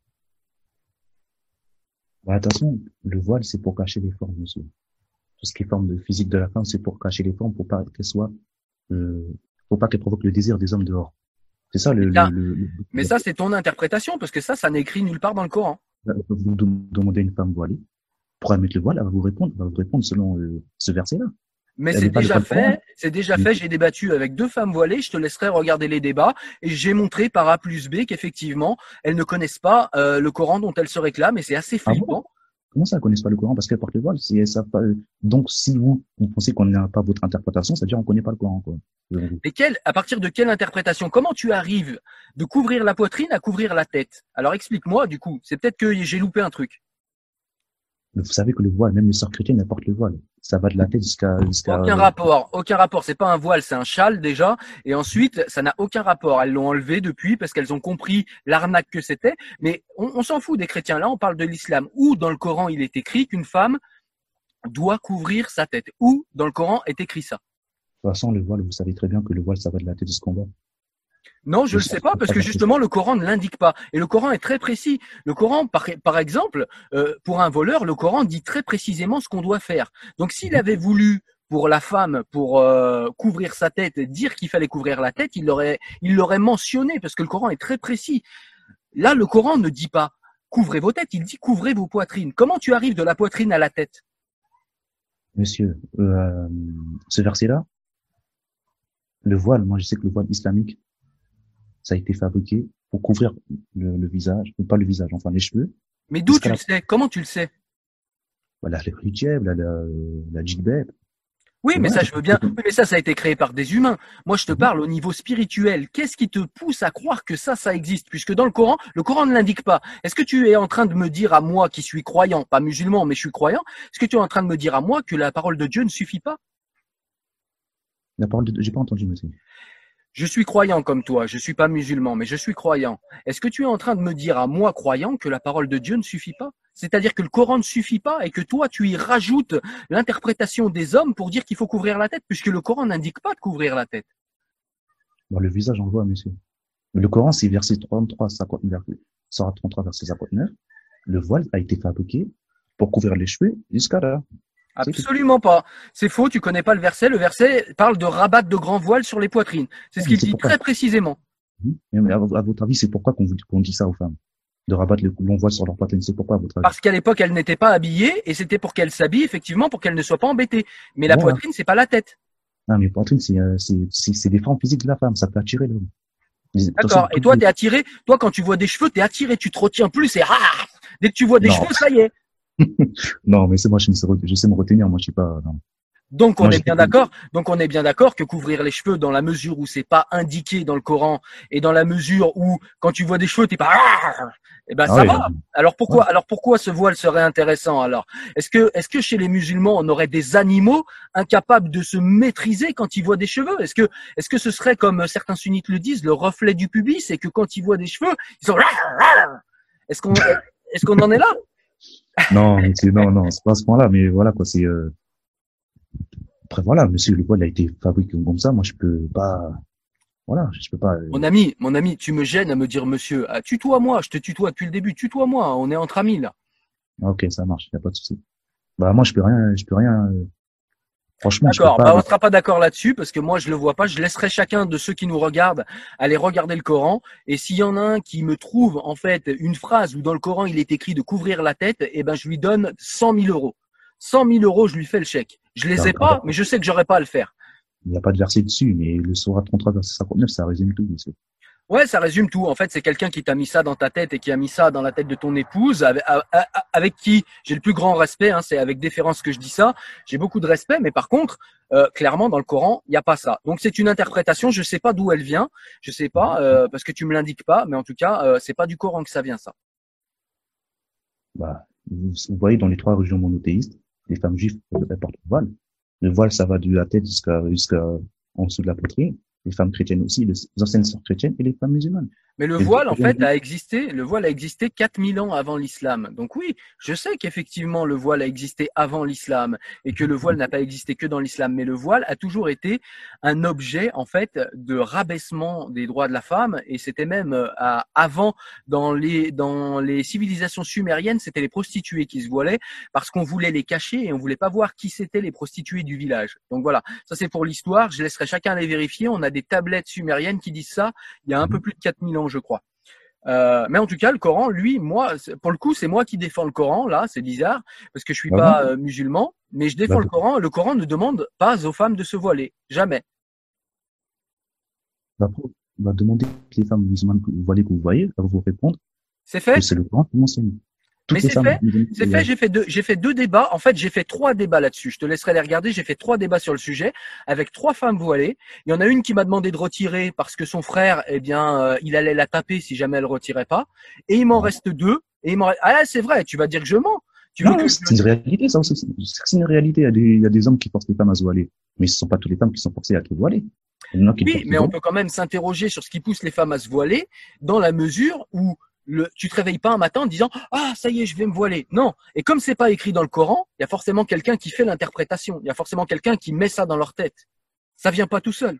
Speaker 8: Bah, attention, le voile, c'est pour cacher les formes, monsieur. Tout ce qui est forme de physique de la femme, c'est pour cacher les formes, pour pas qu'elle soit, pour pas qu'elle provoque le désir des hommes dehors. C'est ça
Speaker 7: Mais ça, c'est ton interprétation, parce que ça n'est écrit nulle part dans le Coran.
Speaker 8: Vous demandez à une femme voilée, pour elle mettre le voile, elle va vous répondre selon ce verset-là.
Speaker 7: Mais c'est déjà fait, j'ai débattu avec 2 femmes voilées, je te laisserai regarder les débats, et j'ai montré par A plus B qu'effectivement, elles ne connaissent pas le Coran dont elles se réclament, et c'est assez flippant.
Speaker 8: Bon, comment ça, elles connaissent pas le Coran? Parce qu'elles portent le voile. Si elles savent pas, donc, si vous pensez qu'on n'a pas votre interprétation, ça veut dire qu'on connaît pas le Coran, quoi.
Speaker 7: Et à partir de quelle interprétation? Comment tu arrives de couvrir la poitrine à couvrir la tête? Alors explique-moi, du coup. C'est peut-être que j'ai loupé un truc.
Speaker 8: Mais vous savez que le voile, même les sœurs chrétiennes, elles portent le voile. Ça va de la tête jusqu'à...
Speaker 7: Aucun rapport. C'est pas un voile, c'est un châle déjà. Et ensuite, ça n'a aucun rapport. Elles l'ont enlevé depuis parce qu'elles ont compris l'arnaque que c'était. Mais on s'en fout des chrétiens. Là, on parle de l'islam. Où dans le Coran il est écrit qu'une femme doit couvrir sa tête? Où dans le Coran est écrit ça?
Speaker 8: De toute façon, le voile, vous savez très bien que le voile, ça va de la tête jusqu'en bas.
Speaker 7: Non, je ne le sais pas, parce que justement, le Coran ne l'indique pas. Et le Coran est très précis. Le Coran, par exemple, pour un voleur, le Coran dit très précisément ce qu'on doit faire. Donc, s'il avait voulu, pour la femme, pour couvrir sa tête, dire qu'il fallait couvrir la tête, il l'aurait mentionné, parce que le Coran est très précis. Là, le Coran ne dit pas couvrez vos têtes, il dit couvrez vos poitrines. Comment tu arrives de la poitrine à la tête?
Speaker 8: Monsieur, ce verset-là, le voile, moi je sais que le voile islamique, ça a été fabriqué pour couvrir le visage, pas le visage, enfin les cheveux.
Speaker 7: Mais d'où tu le sais? Comment tu le sais?
Speaker 8: Voilà, le hijab, la djilbab.
Speaker 7: Oui, mais ça, je veux bien. Oui, mais ça a été créé par des humains. Moi, je te parle au niveau spirituel. Qu'est-ce qui te pousse à croire que ça existe? Puisque dans le Coran ne l'indique pas. Est-ce que tu es en train de me dire à moi, qui suis croyant, pas musulman, mais je suis croyant, est-ce que tu es en train de me dire à moi que la parole de Dieu ne suffit pas?
Speaker 8: La parole de Dieu, j'ai pas entendu, monsieur.
Speaker 7: Je suis croyant comme toi, je suis pas musulman, mais je suis croyant. Est-ce que tu es en train de me dire à moi, croyant, que la parole de Dieu ne suffit pas? C'est-à-dire que le Coran ne suffit pas et que toi, tu y rajoutes l'interprétation des hommes pour dire qu'il faut couvrir la tête, puisque le Coran n'indique pas de couvrir la tête.
Speaker 8: Bon, le visage, on le voit, monsieur. Le Coran, c'est verset 33, Sourate 33, verset 59. Le voile a été fabriqué pour couvrir les cheveux jusqu'à là.
Speaker 7: Absolument pas. C'est faux, tu connais pas le verset. Le verset parle de rabattre de grands voiles sur les poitrines. C'est ce qu'il dit très précisément.
Speaker 8: Mais à votre avis, c'est pourquoi qu'on dit ça aux femmes? De rabattre le long voile sur leur poitrine, c'est pourquoi à votre avis?
Speaker 7: Parce qu'à l'époque, elles n'étaient pas habillées et c'était pour qu'elles s'habillent, effectivement, pour qu'elles ne soient pas embêtées. Mais la poitrine, c'est pas la tête.
Speaker 8: Non, mais poitrine, c'est des formes physiques de la femme. Ça peut attirer l'homme.
Speaker 7: D'accord. Et toi, t'es attiré. Toi, quand tu vois des cheveux, t'es attiré. Tu te retiens plus et dès que tu vois des cheveux, ça y est.
Speaker 8: Non, mais c'est moi, je sais me retenir. Moi, je suis pas. Non.
Speaker 7: Donc on est bien d'accord. Donc on est bien d'accord que couvrir les cheveux dans la mesure où c'est pas indiqué dans le Coran et dans la mesure où quand tu vois des cheveux, t'es pas. Eh ben ça va. Alors pourquoi ce voile serait intéressant alors? Est-ce que chez les musulmans on aurait des animaux incapables de se maîtriser quand ils voient des cheveux? Est-ce que ce serait comme certains sunnites le disent, le reflet du pubis, c'est que quand ils voient des cheveux, ils sont. Est-ce qu'on en est là?
Speaker 8: Non, c'est pas à ce point-là, mais voilà quoi, c'est après voilà, monsieur, le voile a été fabriqué comme ça, moi je peux pas
Speaker 7: Mon ami, tu me gênes à me dire monsieur. Tutoie-moi, je te tutoie depuis le début, tutoie-moi, on est entre amis là.
Speaker 8: OK, ça marche, y a pas de souci. Bah moi je peux rien franchement,
Speaker 7: d'accord, on sera pas d'accord là-dessus parce que moi je le vois pas, je laisserai chacun de ceux qui nous regardent aller regarder le Coran et s'il y en a un qui me trouve en fait une phrase où dans le Coran il est écrit de couvrir la tête, eh ben je lui donne 100 000 euros. 100 000 euros, je lui fais le chèque. Je les ai pas, mais je sais que j'aurais pas à le faire.
Speaker 8: Il n'y a pas de verset dessus, mais le Sourate 33, verset 59, ça résume tout, monsieur.
Speaker 7: Ouais, ça résume tout. En fait, c'est quelqu'un qui t'a mis ça dans ta tête et qui a mis ça dans la tête de ton épouse, avec qui j'ai le plus grand respect. Hein, c'est avec déférence que je dis ça. J'ai beaucoup de respect, mais par contre, clairement, dans le Coran, il n'y a pas ça. Donc, c'est une interprétation. Je sais pas d'où elle vient. Je sais pas parce que tu me l'indiques pas. Mais en tout cas, c'est pas du Coran que ça vient, ça.
Speaker 8: Bah, vous voyez, dans les 3 religions monothéistes, les femmes juives elles portent le voile. Le voile, ça va de la tête jusqu'à en dessous de la poitrine. Les femmes chrétiennes aussi, les anciennes sœurs chrétiennes et les femmes musulmanes.
Speaker 7: Mais le
Speaker 8: Et
Speaker 7: voile, en fait, a existé. Le voile a existé 4000 ans avant l'islam. Donc oui, je sais qu'effectivement le voile a existé avant l'islam et que le voile n'a pas existé que dans l'islam. Mais le voile a toujours été un objet, en fait, de rabaissement des droits de la femme. Et c'était même avant, dans les civilisations sumériennes, c'était les prostituées qui se voilaient parce qu'on voulait les cacher et on voulait pas voir qui c'étaient les prostituées du village. Donc voilà, ça c'est pour l'histoire. Je laisserai chacun les vérifier. On a des tablettes sumériennes qui disent ça. Il y a un peu plus de 4000 ans, je crois. Mais en tout cas, le Coran, lui, moi, pour le coup, c'est moi qui défends le Coran, là, c'est bizarre, parce que je suis pas musulman, mais je défends le Coran. Le Coran ne demande pas aux femmes de se voiler. Jamais.
Speaker 8: On va demander que les femmes musulmanes voilées que vous voyez, elles vont vous répondre
Speaker 7: C'est fait?
Speaker 8: que c'est le Coran qui mentionne.
Speaker 7: Mais c'est fait, j'ai fait 2 débats. En fait, j'ai fait 3 débats là-dessus. Je te laisserai les regarder. J'ai fait 3 débats sur le sujet avec 3 femmes voilées. Il y en a une qui m'a demandé de retirer parce que son frère, eh bien, il allait la taper si jamais elle retirait pas. Et il m'en reste 2. Et ah, c'est vrai. Tu vas dire que je mens.
Speaker 8: C'est une réalité, ça aussi. C'est une réalité. Il y a des hommes qui forcent les femmes à se voiler. Mais ce sont pas toutes les femmes qui sont forcées à se voiler.
Speaker 7: Oui, mais on peut quand même s'interroger sur ce qui pousse les femmes à se voiler dans la mesure où tu te réveilles pas un matin en disant ah ça y est je vais me voiler. Non. Et comme c'est pas écrit dans le Coran, il y a forcément quelqu'un qui fait l'interprétation. Il y a forcément quelqu'un qui met ça dans leur tête. Ça vient pas tout seul.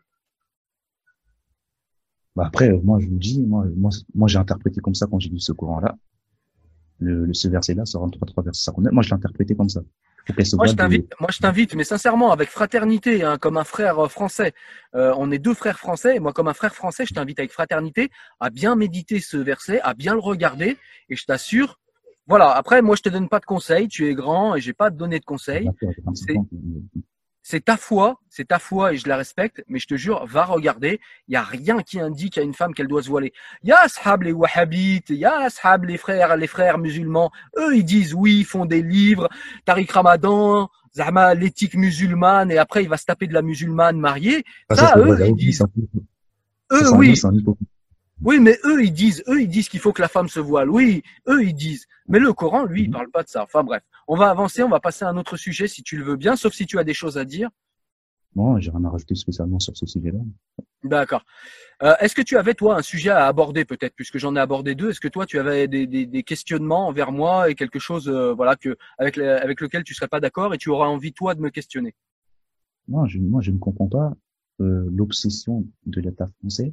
Speaker 8: Bah après, moi je vous dis, moi j'ai interprété comme ça quand j'ai lu ce Coran-là. Ce verset-là, ça rentre 3 versets 59. Moi je l'ai interprété comme ça.
Speaker 7: Moi je t'invite, mais sincèrement, avec fraternité, hein, comme un frère français. On est 2 frères français, et moi comme un frère français, je t'invite avec fraternité à bien méditer ce verset, à bien le regarder, et je t'assure. Voilà. Après, moi je te donne pas de conseils. Tu es grand et j'ai pas à te donner de conseils. C'est ta foi et je la respecte, mais je te jure, va regarder. Il y a rien qui indique à une femme qu'elle doit se voiler. Il y a ashab les wahhabites, il y a ashab les frères musulmans. Eux, ils disent oui, ils font des livres. Tariq Ramadan, Zahma, l'éthique musulmane, et après il va se taper de la musulmane mariée. Ça, eux, ils disent. Eux, oui. Oui, mais eux, ils disent qu'il faut que la femme se voile. Oui, eux, ils disent. Mais le Coran, lui, il parle pas de ça. Enfin, bref. On va avancer, on va passer à un autre sujet si tu le veux bien, sauf si tu as des choses à dire.
Speaker 8: Non, j'ai rien à rajouter spécialement sur ce sujet-là.
Speaker 7: D'accord. Est-ce que tu avais, toi, un sujet à aborder, peut-être, puisque j'en ai abordé 2. Est-ce que toi, tu avais des questionnements envers moi et quelque chose, voilà, avec lequel tu serais pas d'accord et tu auras envie, toi, de me questionner?
Speaker 8: Moi, je ne comprends pas, l'obsession de l'État français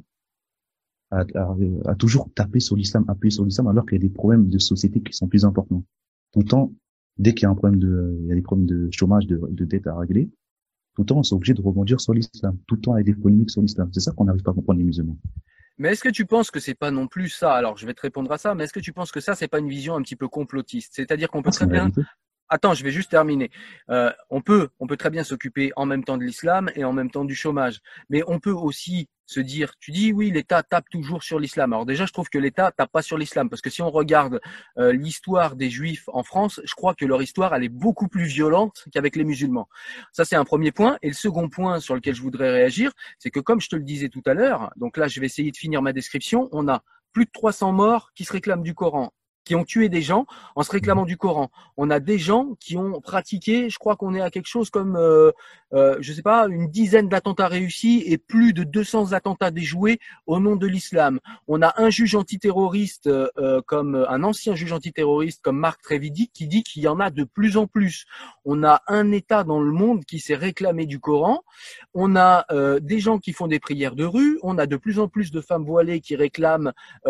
Speaker 8: à toujours taper sur l'islam, appuyer sur l'islam, alors qu'il y a des problèmes de société qui sont plus importants. Tout le temps, dès qu'il y a il y a des problèmes de chômage, de dette à régler, tout le temps, on est obligé de rebondir sur l'islam. Tout le temps, avec des polémiques sur l'islam. C'est ça qu'on n'arrive pas à comprendre les musulmans.
Speaker 7: Mais est-ce que tu penses que c'est pas non plus ça? Alors, je vais te répondre à ça, mais est-ce que tu penses que ça, c'est pas une vision un petit peu complotiste? C'est-à-dire qu'on peut très bien... Attends, je vais juste terminer. On peut très bien s'occuper en même temps de l'islam et en même temps du chômage. Mais on peut aussi se dire, tu dis oui, l'État tape toujours sur l'islam. Alors déjà, je trouve que l'État tape pas sur l'islam parce que si on regarde l'histoire des Juifs en France, je crois que leur histoire, elle est beaucoup plus violente qu'avec les musulmans. Ça, c'est un premier point. Et le second point sur lequel je voudrais réagir, c'est que comme je te le disais tout à l'heure, donc là, je vais essayer de finir ma description, on a plus de 300 morts qui se réclament du Coran, qui ont tué des gens en se réclamant du Coran. On a des gens qui ont pratiqué, je crois qu'on est à quelque chose comme, je sais pas, une dizaine d'attentats réussis et plus de 200 attentats déjoués au nom de l'islam. On a un juge antiterroriste, comme un ancien juge antiterroriste comme Marc Trévidic qui dit qu'il y en a de plus en plus. On a un État dans le monde qui s'est réclamé du Coran. On a des gens qui font des prières de rue. On a de plus en plus de femmes voilées qui réclament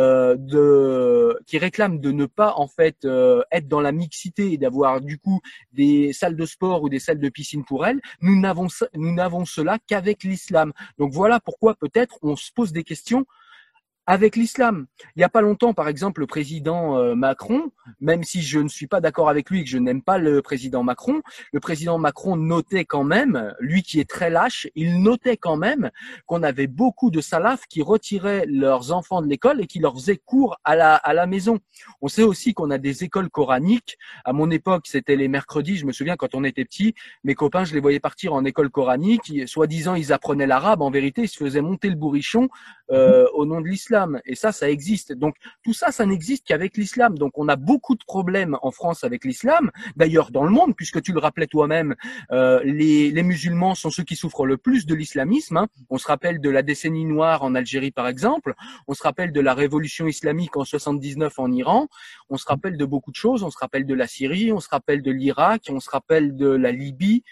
Speaker 7: de ne pas en fait être dans la mixité et d'avoir du coup des salles de sport ou des salles de piscine pour elles. Nous n'avons cela qu'avec l'islam. Donc voilà pourquoi peut-être on se pose des questions avec l'islam. Il n'y a pas longtemps, par exemple, le président Macron, même si je ne suis pas d'accord avec lui et que je n'aime pas le président Macron notait quand même, lui qui est très lâche, il notait quand même qu'on avait beaucoup de salafs qui retiraient leurs enfants de l'école et qui leur faisaient cours à la maison. On sait aussi qu'on a des écoles coraniques. À mon époque, c'était les mercredis. Je me souviens quand on était petit, mes copains, je les voyais partir en école coranique. Soi-disant, ils apprenaient l'arabe. En vérité, ils se faisaient monter le bourrichon au nom de l'islam. Et ça existe. Donc tout ça, ça n'existe qu'avec l'islam. Donc on a beaucoup de problèmes en France avec l'islam. D'ailleurs, dans le monde, puisque tu le rappelais toi-même, les musulmans sont ceux qui souffrent le plus de l'islamisme. Hein. On se rappelle de la décennie noire en Algérie, par exemple. On se rappelle de la révolution islamique en 79 en Iran. On se rappelle de beaucoup de choses. On se rappelle de la Syrie. On se rappelle de l'Irak. On se rappelle de la Libye.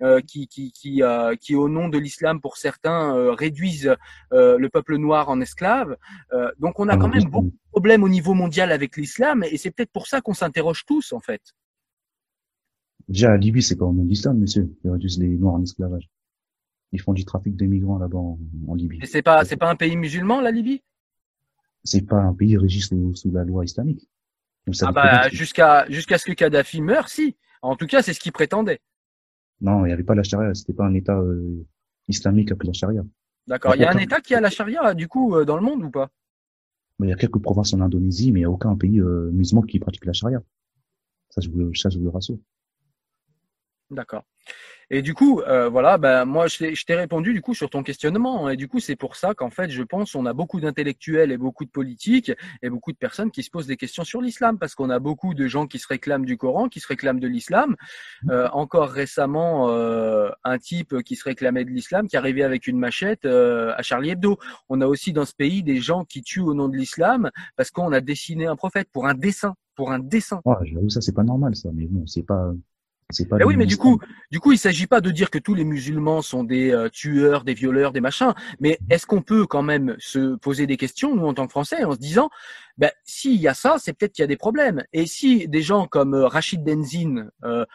Speaker 7: Qui au nom de l'islam pour certains réduisent le peuple noir en esclaves. Donc on a quand même beaucoup de problèmes au niveau mondial avec l'islam et c'est peut-être pour ça qu'on s'interroge tous en fait.
Speaker 8: Déjà, la Libye, c'est pas au nom de l'islam, monsieur. Ils réduisent les Noirs en esclavage. Ils font du trafic de migrants là-bas en Libye.
Speaker 7: Et c'est pas un pays musulman, la Libye?
Speaker 8: C'est pas un pays régi sous la loi islamique.
Speaker 7: Jusqu'à ce que Kadhafi meure, si. En tout cas, c'est ce qu'il prétendait.
Speaker 8: Non, il n'y avait pas la charia. C'était pas un État islamique avec la charia.
Speaker 7: D'accord. Il y a un État qui a la charia, du coup, dans le monde ou pas?
Speaker 8: Il y a quelques provinces en Indonésie, mais il n'y a aucun pays musulman qui pratique la charia. Ça, je vous le rassure.
Speaker 7: D'accord. Et du coup, voilà, moi, je t'ai répondu du coup sur ton questionnement. Et du coup, c'est pour ça qu'en fait, je pense, on a beaucoup d'intellectuels et beaucoup de politiques et beaucoup de personnes qui se posent des questions sur l'islam, parce qu'on a beaucoup de gens qui se réclament du Coran, qui se réclament de l'islam. Encore récemment, un type qui se réclamait de l'islam, qui arrivait avec une machette à Charlie Hebdo. On a aussi dans ce pays des gens qui tuent au nom de l'islam parce qu'on a dessiné un prophète pour un dessin.
Speaker 8: Ouais, j'avoue, ça, c'est pas normal, ça. Mais bon, c'est pas.
Speaker 7: Mais oui, mais du coup, il s'agit pas de dire que tous les musulmans sont des tueurs, des violeurs, des machins. Mais est-ce qu'on peut quand même se poser des questions, nous, en tant que Français, en se disant, s'il y a ça, c'est peut-être qu'il y a des problèmes. Et si des gens comme Rachid Benzine,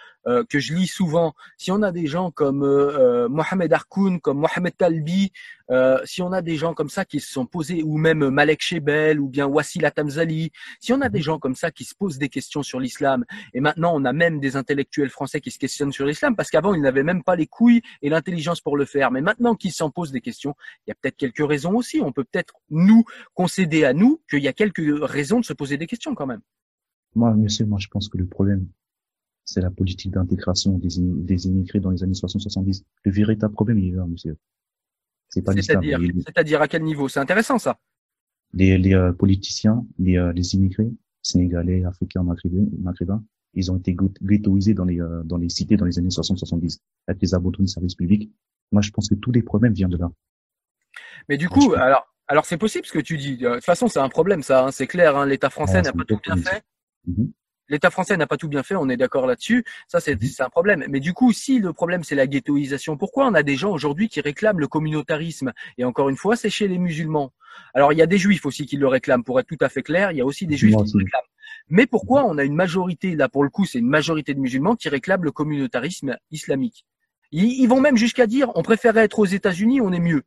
Speaker 7: que je lis souvent, si on a des gens comme Mohamed Harkoun, comme Mohamed Talbi, si on a des gens comme ça qui se sont posés, ou même Malek Shebel, ou bien Wassila Tamzali, si on a des gens comme ça qui se posent des questions sur l'islam, et maintenant on a même des intellectuels français qui se questionnent sur l'islam, parce qu'avant ils n'avaient même pas les couilles et l'intelligence pour le faire, mais maintenant qu'ils s'en posent des questions, il y a peut-être quelques raisons aussi. On peut peut-être nous concéder à nous qu'il y a quelques raisons de se poser des questions quand même.
Speaker 8: Moi, je pense que le problème, c'est la politique d'intégration des immigrés dans les années 60-70. Le véritable problème, il est là, monsieur. C'est pas l'islam.
Speaker 7: C'est-à-dire à quel niveau? C'est intéressant, ça.
Speaker 8: Les politiciens, les immigrés, sénégalais, africains, maghrébins, ils ont été ghettoisés dans les cités dans les années 60-70, avec les abandons de services publics. Moi, je pense que tous les problèmes viennent de là.
Speaker 7: Mais du coup, alors c'est possible ce que tu dis. De toute façon, c'est un problème, ça. Hein, c'est clair. Hein, l'État français n'a pas tout bien fait. L'État français n'a pas tout bien fait. On est d'accord là-dessus. Ça, c'est un problème. Mais du coup, si le problème c'est la ghettoisation, pourquoi on a des gens aujourd'hui qui réclament le communautarisme? Et encore une fois, c'est chez les musulmans. Alors, il y a des juifs aussi qui le réclament. Pour être tout à fait clair, il y a aussi des juifs qui le réclament. Mais pourquoi on a une majorité, là pour le coup, c'est une majorité de musulmans qui réclament le communautarisme islamique? Ils vont même jusqu'à dire, on préférait être aux États-Unis, on est mieux.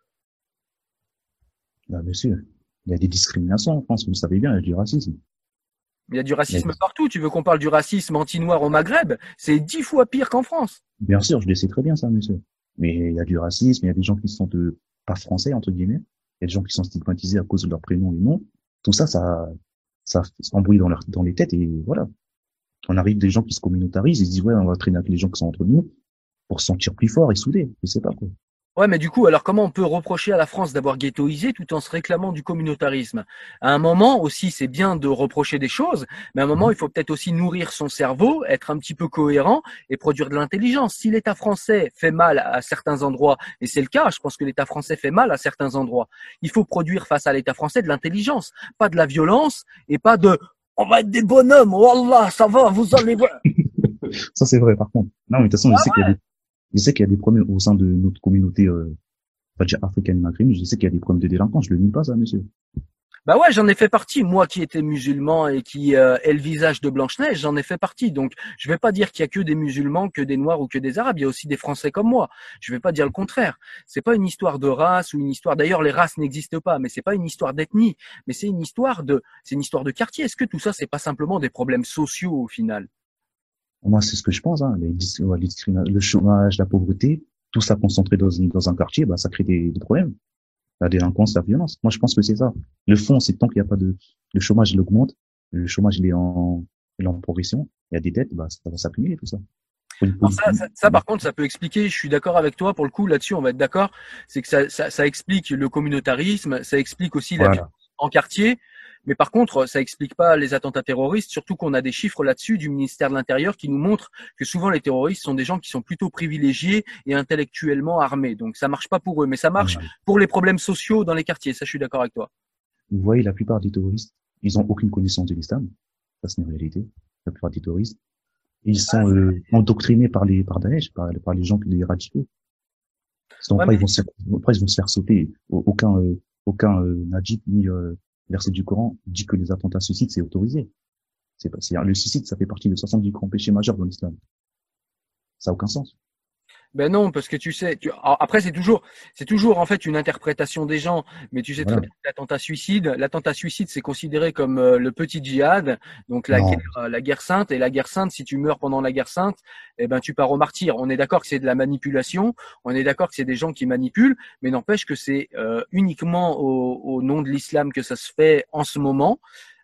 Speaker 8: Monsieur, il y a des discriminations en France, vous le savez bien, il y a du racisme.
Speaker 7: Il y a du racisme partout. Tu veux qu'on parle du racisme anti-noir au Maghreb? C'est 10 fois pire qu'en France.
Speaker 8: Bien sûr, je le sais très bien ça, monsieur. Mais il y a du racisme, il y a des gens qui se sentent pas français, entre guillemets. Il y a des gens qui sont stigmatisés à cause de leur prénom et nom. Tout ça, ça s'embrouille dans les têtes et voilà. On arrive des gens qui se communautarisent, ils se disent ouais, on va traîner avec les gens qui sont entre nous pour se sentir plus forts et soudés. Je sais pas quoi.
Speaker 7: Ouais, mais du coup, alors comment on peut reprocher à la France d'avoir ghettoisé tout en se réclamant du communautarisme? À un moment aussi, c'est bien de reprocher des choses, mais à un moment, il faut peut-être aussi nourrir son cerveau, être un petit peu cohérent et produire de l'intelligence. Si l'État français fait mal à certains endroits, et c'est le cas, je pense que l'État français fait mal à certains endroits, il faut produire face à l'État français de l'intelligence, pas de la violence et pas de « on va être des bonhommes, wallah, ça va, vous allez voir ».
Speaker 8: Ça, c'est vrai, par contre. Non, mais de toute façon, je sais qu'il y a des problèmes au sein de notre communauté, pas dire africaine maghrébine, je sais qu'il y a des problèmes de délinquance, je le nie pas ça, monsieur.
Speaker 7: Bah ouais, j'en ai fait partie. Moi qui étais musulman et qui ai le visage de Blanche-Neige, j'en ai fait partie. Donc, je vais pas dire qu'il y a que des musulmans, que des noirs ou que des arabes. Il y a aussi des Français comme moi. Je vais pas dire le contraire. C'est pas une histoire de race ou une histoire. D'ailleurs, les races n'existent pas. Mais c'est pas une histoire d'ethnie. Mais c'est une histoire de quartier. Est-ce que tout ça, c'est pas simplement des problèmes sociaux au final?
Speaker 8: Moi, c'est ce que je pense, hein. Le chômage, la pauvreté, tout ça concentré dans un quartier, bah, ça crée des problèmes. La délinquance, la violence. Moi, je pense que c'est ça. Le fond, c'est tant qu'il n'y a pas le chômage, il augmente. Le chômage, il est en progression. Il y a des dettes, bah, ça va s'accumuler, tout ça.
Speaker 7: Alors ça, par contre, ça peut expliquer, je suis d'accord avec toi, pour le coup, là-dessus, on va être d'accord, c'est que ça explique le communautarisme, ça explique aussi la violence en quartier, mais par contre, ça explique pas les attentats terroristes, surtout qu'on a des chiffres là-dessus du ministère de l'Intérieur qui nous montrent que souvent les terroristes sont des gens qui sont plutôt privilégiés et intellectuellement armés. Donc ça marche pas pour eux, mais ça marche pour les problèmes sociaux dans les quartiers, ça je suis d'accord avec toi.
Speaker 8: Vous voyez, la plupart des terroristes, ils ont aucune connaissance de l'islam. Ça, c'est une réalité. La plupart des terroristes. Ils sont endoctrinés par Daesh, par les gens, les radicaux. Après, ils vont se faire sauter. Aucun hadith ni verset du Coran dit que les attentats suicides, c'est autorisé. Le suicide, ça fait partie de 70 grands péchés majeurs dans l'islam. Ça n'a aucun sens.
Speaker 7: Ben non, parce que tu sais, après c'est toujours en fait une interprétation des gens, mais tu sais très bien que l'attentat suicide, c'est considéré comme le petit djihad, donc la guerre sainte, et la guerre sainte, si tu meurs pendant la guerre sainte, eh ben tu pars au martyr. On est d'accord que c'est de la manipulation, on est d'accord que c'est des gens qui manipulent, mais n'empêche que c'est uniquement au nom de l'islam que ça se fait en ce moment.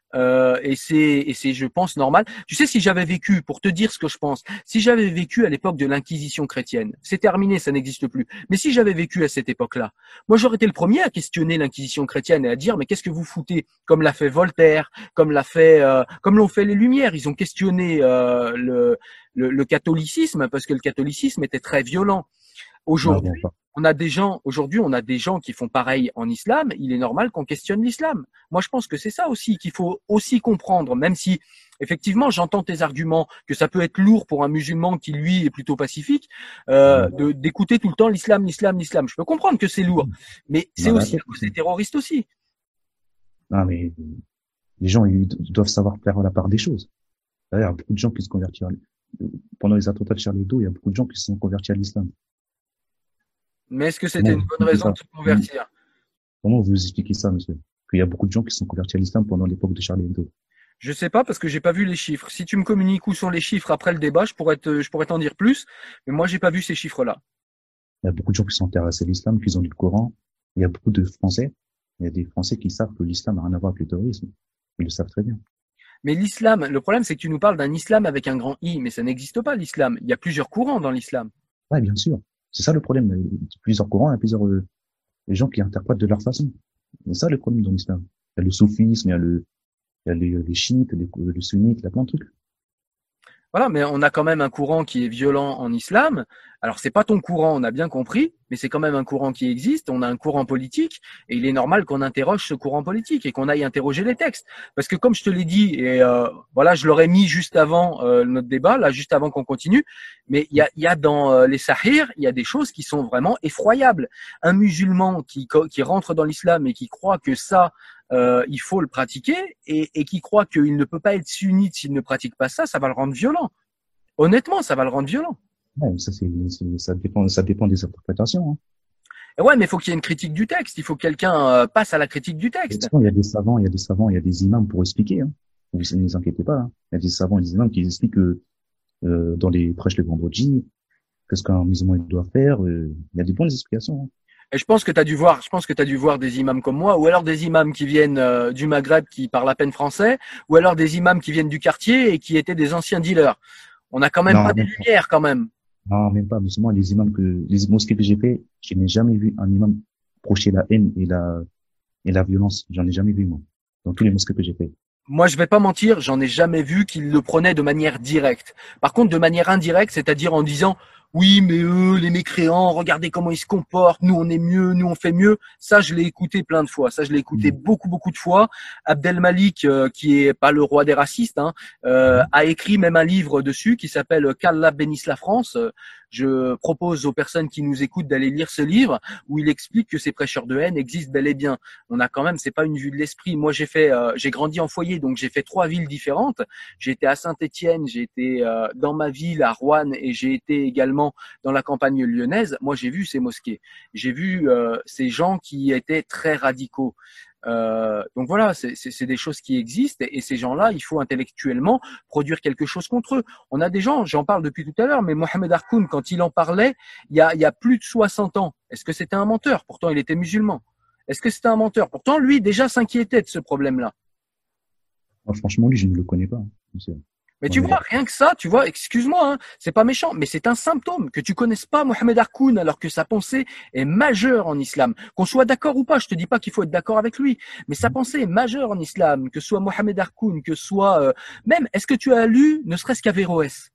Speaker 7: Et c'est, je pense, normal. Tu sais, si j'avais vécu, pour te dire ce que je pense, si j'avais vécu à l'époque de l'Inquisition chrétienne, c'est terminé, ça n'existe plus. Mais si j'avais vécu à cette époque-là, moi, j'aurais été le premier à questionner l'Inquisition chrétienne et à dire, mais qu'est-ce que vous foutez? Comme l'a fait Voltaire, comme l'ont fait les Lumières. Ils ont questionné le catholicisme parce que le catholicisme était très violent. Aujourd'hui, on a des gens qui font pareil en islam. Il est normal qu'on questionne l'islam. Moi, je pense que c'est ça aussi qu'il faut aussi comprendre, même si, effectivement, j'entends tes arguments que ça peut être lourd pour un musulman qui, lui, est plutôt pacifique, d'écouter tout le temps l'islam. Je peux comprendre que c'est lourd, mais c'est aussi à cause des terroristes aussi.
Speaker 8: Non, mais les gens, ils doivent savoir faire la part des choses. Il y a beaucoup de gens qui se convertirent pendant les attentats de Charlie Hebdo. Il y a beaucoup de gens qui se sont convertis à l'islam.
Speaker 7: Mais est-ce que c'était une bonne raison de se convertir?
Speaker 8: Comment vous expliquez ça, monsieur? Qu'il y a beaucoup de gens qui sont convertis à l'islam pendant l'époque de Charlie Hebdo.
Speaker 7: Je sais pas parce que j'ai pas vu les chiffres. Si tu me communiques où sont les chiffres après le débat, je pourrais t'en dire plus. Mais moi, j'ai pas vu ces chiffres-là.
Speaker 8: Il y a beaucoup de gens qui sont intéressés à l'islam, qui ont lu le Coran. Il y a beaucoup de Français. Il y a des Français qui savent que l'islam n'a rien à voir avec le terrorisme. Ils le savent très bien.
Speaker 7: Mais l'islam, le problème, c'est que tu nous parles d'un islam avec un grand I, mais ça n'existe pas, l'islam. Il y a plusieurs courants dans l'islam.
Speaker 8: Ouais, bien sûr. C'est ça le problème. Il y a plusieurs courants, il y a plusieurs les gens qui interprètent de leur façon. C'est ça le problème dans l'islam. Il y a le soufisme, il y a les chiites, le sunnite, il y a plein de trucs.
Speaker 7: Voilà, mais on a quand même un courant qui est violent en islam. Alors, c'est pas ton courant, on a bien compris, mais c'est quand même un courant qui existe. On a un courant politique et il est normal qu'on interroge ce courant politique et qu'on aille interroger les textes. Parce que comme je te l'ai dit, et voilà, je l'aurais mis juste avant notre débat, là, juste avant qu'on continue, mais il y a dans les Sahih, il y a des choses qui sont vraiment effroyables. Un musulman qui rentre dans l'islam et qui croit que ça, il faut le pratiquer et qui croit qu'il ne peut pas être sunnite s'il ne pratique pas ça, ça va le rendre violent. Honnêtement, ça va le rendre violent.
Speaker 8: Ouais, ça dépend des interprétations. Hein.
Speaker 7: Et ouais, mais il faut qu'il y ait une critique du texte. Il faut que quelqu'un passe à la critique du texte.
Speaker 8: Il y a des savants, il y a des imams pour expliquer. Hein. Vous ne vous inquiétez pas. Hein. Il y a des savants et des imams qui expliquent que dans les prêches le vendredi, qu'est-ce qu'un musulman doit faire. Il y a des bonnes explications. Hein.
Speaker 7: Et je pense que tu as dû voir des imams comme moi, ou alors des imams qui viennent du Maghreb qui parlent à peine français, ou alors des imams qui viennent du quartier et qui étaient des anciens dealers. On a quand même pas des lumières quand même.
Speaker 8: Non, même pas. Mais moi, les mosquées que j'ai fait, je n'ai jamais vu un imam prêcher la haine et la violence. J'en ai jamais vu, moi. Dans tous les mosquées que j'ai fait.
Speaker 7: Moi, je vais pas mentir, j'en ai jamais vu qu'ils le prenaient de manière directe. Par contre, de manière indirecte, c'est-à-dire en disant oui, mais eux, les mécréants, regardez comment ils se comportent, nous on est mieux, nous on fait mieux. Ça, je l'ai écouté plein de fois. Ça, je l'ai écouté beaucoup de fois. Abdel Malik, qui est pas le roi des racistes, a écrit même un livre dessus qui s'appelle Qu'Allah bénisse la France. je propose aux personnes qui nous écoutent d'aller lire ce livre où il explique que ces prêcheurs de haine existent bel et bien. On a quand même, c'est pas une vue de l'esprit. Moi, j'ai grandi en foyer, donc j'ai fait 3 villes différentes. J'ai été à Saint-Étienne, j'ai été dans ma ville à Roanne et j'ai été également dans la campagne lyonnaise. Moi, j'ai vu ces mosquées. J'ai vu ces gens qui étaient très radicaux. Donc voilà, c'est des choses qui existent et ces gens-là, il faut intellectuellement produire quelque chose contre eux. On a des gens, j'en parle depuis tout à l'heure, mais Mohamed Harkoun, quand il en parlait, il y a plus de 60 ans, est-ce que c'était un menteur? Pourtant, il était musulman. Est-ce que c'était un menteur? Pourtant, lui, déjà s'inquiétait de ce problème-là.
Speaker 8: Moi, franchement, lui, je ne le connais pas.
Speaker 7: Mais tu vois, rien que ça, tu vois, excuse-moi, hein, c'est pas méchant, mais c'est un symptôme que tu connaisses pas Mohamed Harkoun alors que sa pensée est majeure en islam. Qu'on soit d'accord ou pas, je te dis pas qu'il faut être d'accord avec lui, mais sa pensée est majeure en islam, que ce soit Mohamed Harkoun, que ce soit même, est-ce que tu as lu ne serait-ce qu'Averroès?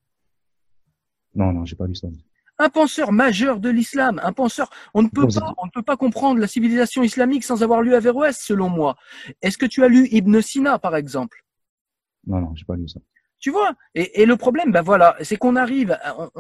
Speaker 8: Non, j'ai pas lu ça.
Speaker 7: Un penseur majeur de l'islam, un penseur, on ne peut pas comprendre la civilisation islamique sans avoir lu Averroès, selon moi. Est-ce que tu as lu Ibn Sina, par exemple?
Speaker 8: Non, j'ai pas lu ça.
Speaker 7: Tu vois, et le problème, ben voilà, c'est qu'on arrive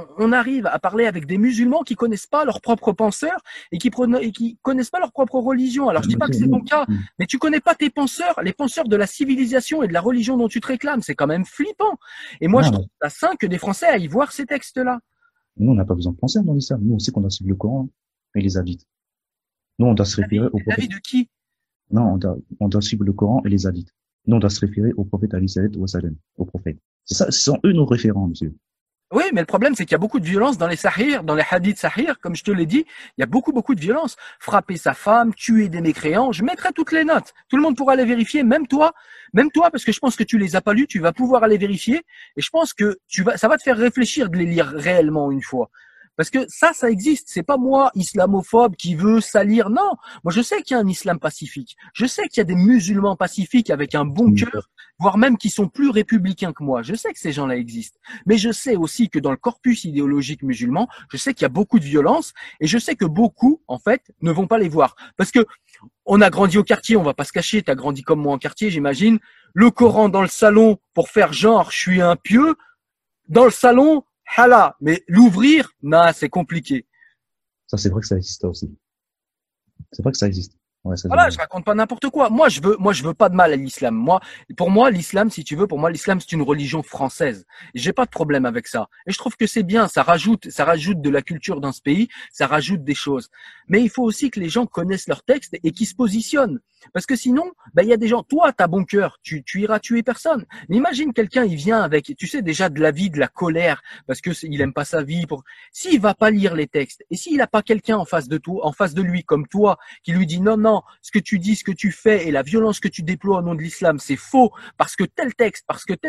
Speaker 7: à parler avec des musulmans qui connaissent pas leurs propres penseurs et qui connaissent pas leur propre religion. Alors je dis pas que c'est ton cas, mais tu connais pas tes penseurs, les penseurs de la civilisation et de la religion dont tu te réclames. C'est quand même flippant. Et moi, je trouve ça sain que des Français aillent voir ces textes-là.
Speaker 8: Nous, on n'a pas besoin de penseurs dans l'islam. Nous, on sait qu'on doit suivre le Coran et les hadiths. Nous, on doit se référer au prophète.
Speaker 7: L'avis de qui?
Speaker 8: Non, on doit suivre le Coran et les hadiths. Nous, on doit se référer au prophète alayhi salatu wa salam, au prophète. C'est ça, ce sont eux nos référents, monsieur.
Speaker 7: Oui, mais le problème, c'est qu'il y a beaucoup de violence dans les sahir, dans les hadiths sahir, comme je te l'ai dit, il y a beaucoup de violence. Frapper sa femme, tuer des mécréants, je mettrai toutes les notes. Tout le monde pourra les vérifier, même toi, parce que je pense que tu les as pas lus, tu vas pouvoir aller vérifier, et je pense que ça va te faire réfléchir de les lire réellement une fois. Parce que ça existe. C'est pas moi, islamophobe, qui veut salir. Non. Moi, je sais qu'il y a un islam pacifique. Je sais qu'il y a des musulmans pacifiques avec un bon cœur, voire même qui sont plus républicains que moi. Je sais que ces gens-là existent. Mais je sais aussi que dans le corpus idéologique musulman, je sais qu'il y a beaucoup de violence et je sais que beaucoup, en fait, ne vont pas les voir. Parce que on a grandi au quartier, on va pas se cacher. T'as grandi comme moi en quartier, j'imagine. Le Coran dans le salon pour faire genre, je suis un pieux. Dans le salon, hala, mais l'ouvrir, non, c'est compliqué.
Speaker 8: Ça, c'est vrai que ça existe aussi. C'est vrai que ça existe. Ouais,
Speaker 7: voilà, je raconte pas n'importe quoi. Moi, je veux pas de mal à l'islam. Pour moi, l'islam, si tu veux, l'islam, c'est une religion française. J'ai pas de problème avec ça. Et je trouve que c'est bien. Ça rajoute de la culture dans ce pays. Ça rajoute des choses. Mais il faut aussi que les gens connaissent leurs textes et qu'ils se positionnent. Parce que sinon, il y a des gens, toi, t'as bon cœur, tu iras tuer personne. Mais imagine quelqu'un, il vient avec, tu sais, déjà de la vie, de la colère, parce que il aime pas sa vie. S'il va pas lire les textes, et s'il a pas quelqu'un en face de lui, comme toi, qui lui dit non, ce que tu dis, ce que tu fais et la violence que tu déploies au nom de l'islam, c'est faux, parce que tel texte,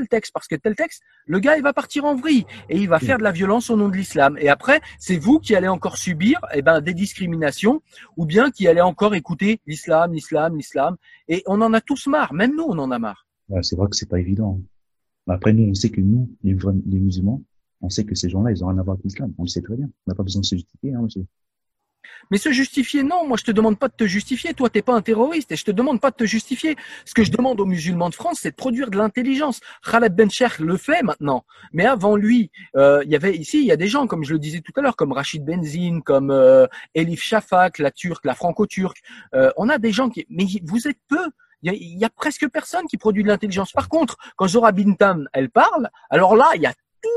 Speaker 7: le gars, il va partir en vrille, et il va faire de la violence au nom de l'islam. Et après, c'est vous qui allez encore subir, des discriminations, ou bien qui allez encore écouter l'islam, et on en a tous marre, même nous on en a marre.
Speaker 8: Ouais, c'est vrai que c'est pas évident. Après nous, on sait que nous, les musulmans, on sait que ces gens-là, ils ont rien à voir avec l'islam. On le sait très bien. On n'a pas besoin de se justifier, monsieur.
Speaker 7: Mais se justifier, non, moi je te demande pas de te justifier, toi t'es pas un terroriste et je te demande pas de te justifier. Ce que je demande aux musulmans de France, c'est de produire de l'intelligence. Khaled Ben Cheikh le fait maintenant, mais avant lui, il y a des gens, comme je le disais tout à l'heure, comme Rachid Benzine, comme Elif Shafak, la turque, la franco-turque. On a des gens mais vous êtes peu. Il y a presque personne qui produit de l'intelligence. Par contre, quand Zora Bintam, elle parle, alors là, il y a